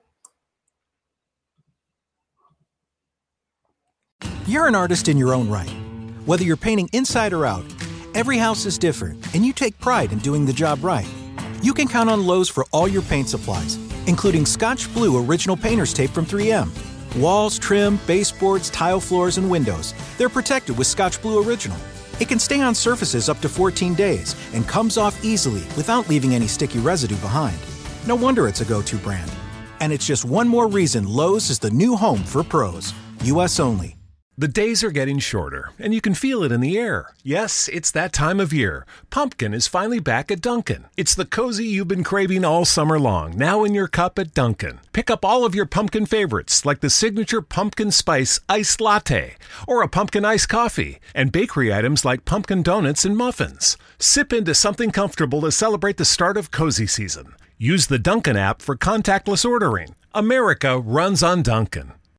You're an artist in your own right. Whether you're painting inside or out, every house is different, and you take pride in doing the job right. You can count on Lowe's for all your paint supplies, including Scotch Blue Original Painter's Tape from 3M. Walls, trim, baseboards, tile floors, and windows, they're protected with Scotch Blue Original. It can stay on surfaces up to 14 days and comes off easily without leaving any sticky residue behind. No wonder it's a go-to brand. And it's just one more reason Lowe's is the new home for pros. U.S. only. The days are getting shorter, and you can feel it in the air. Yes, it's that time of year. Pumpkin is finally back at Dunkin'. It's the cozy you've been craving all summer long, now in your cup at Dunkin'. Pick up all of your pumpkin favorites, like the signature pumpkin spice iced latte, or a pumpkin iced coffee, and bakery items like pumpkin donuts and muffins. Sip into something comfortable to celebrate the start of cozy season. Use the Dunkin' app for contactless ordering. America runs on Dunkin'.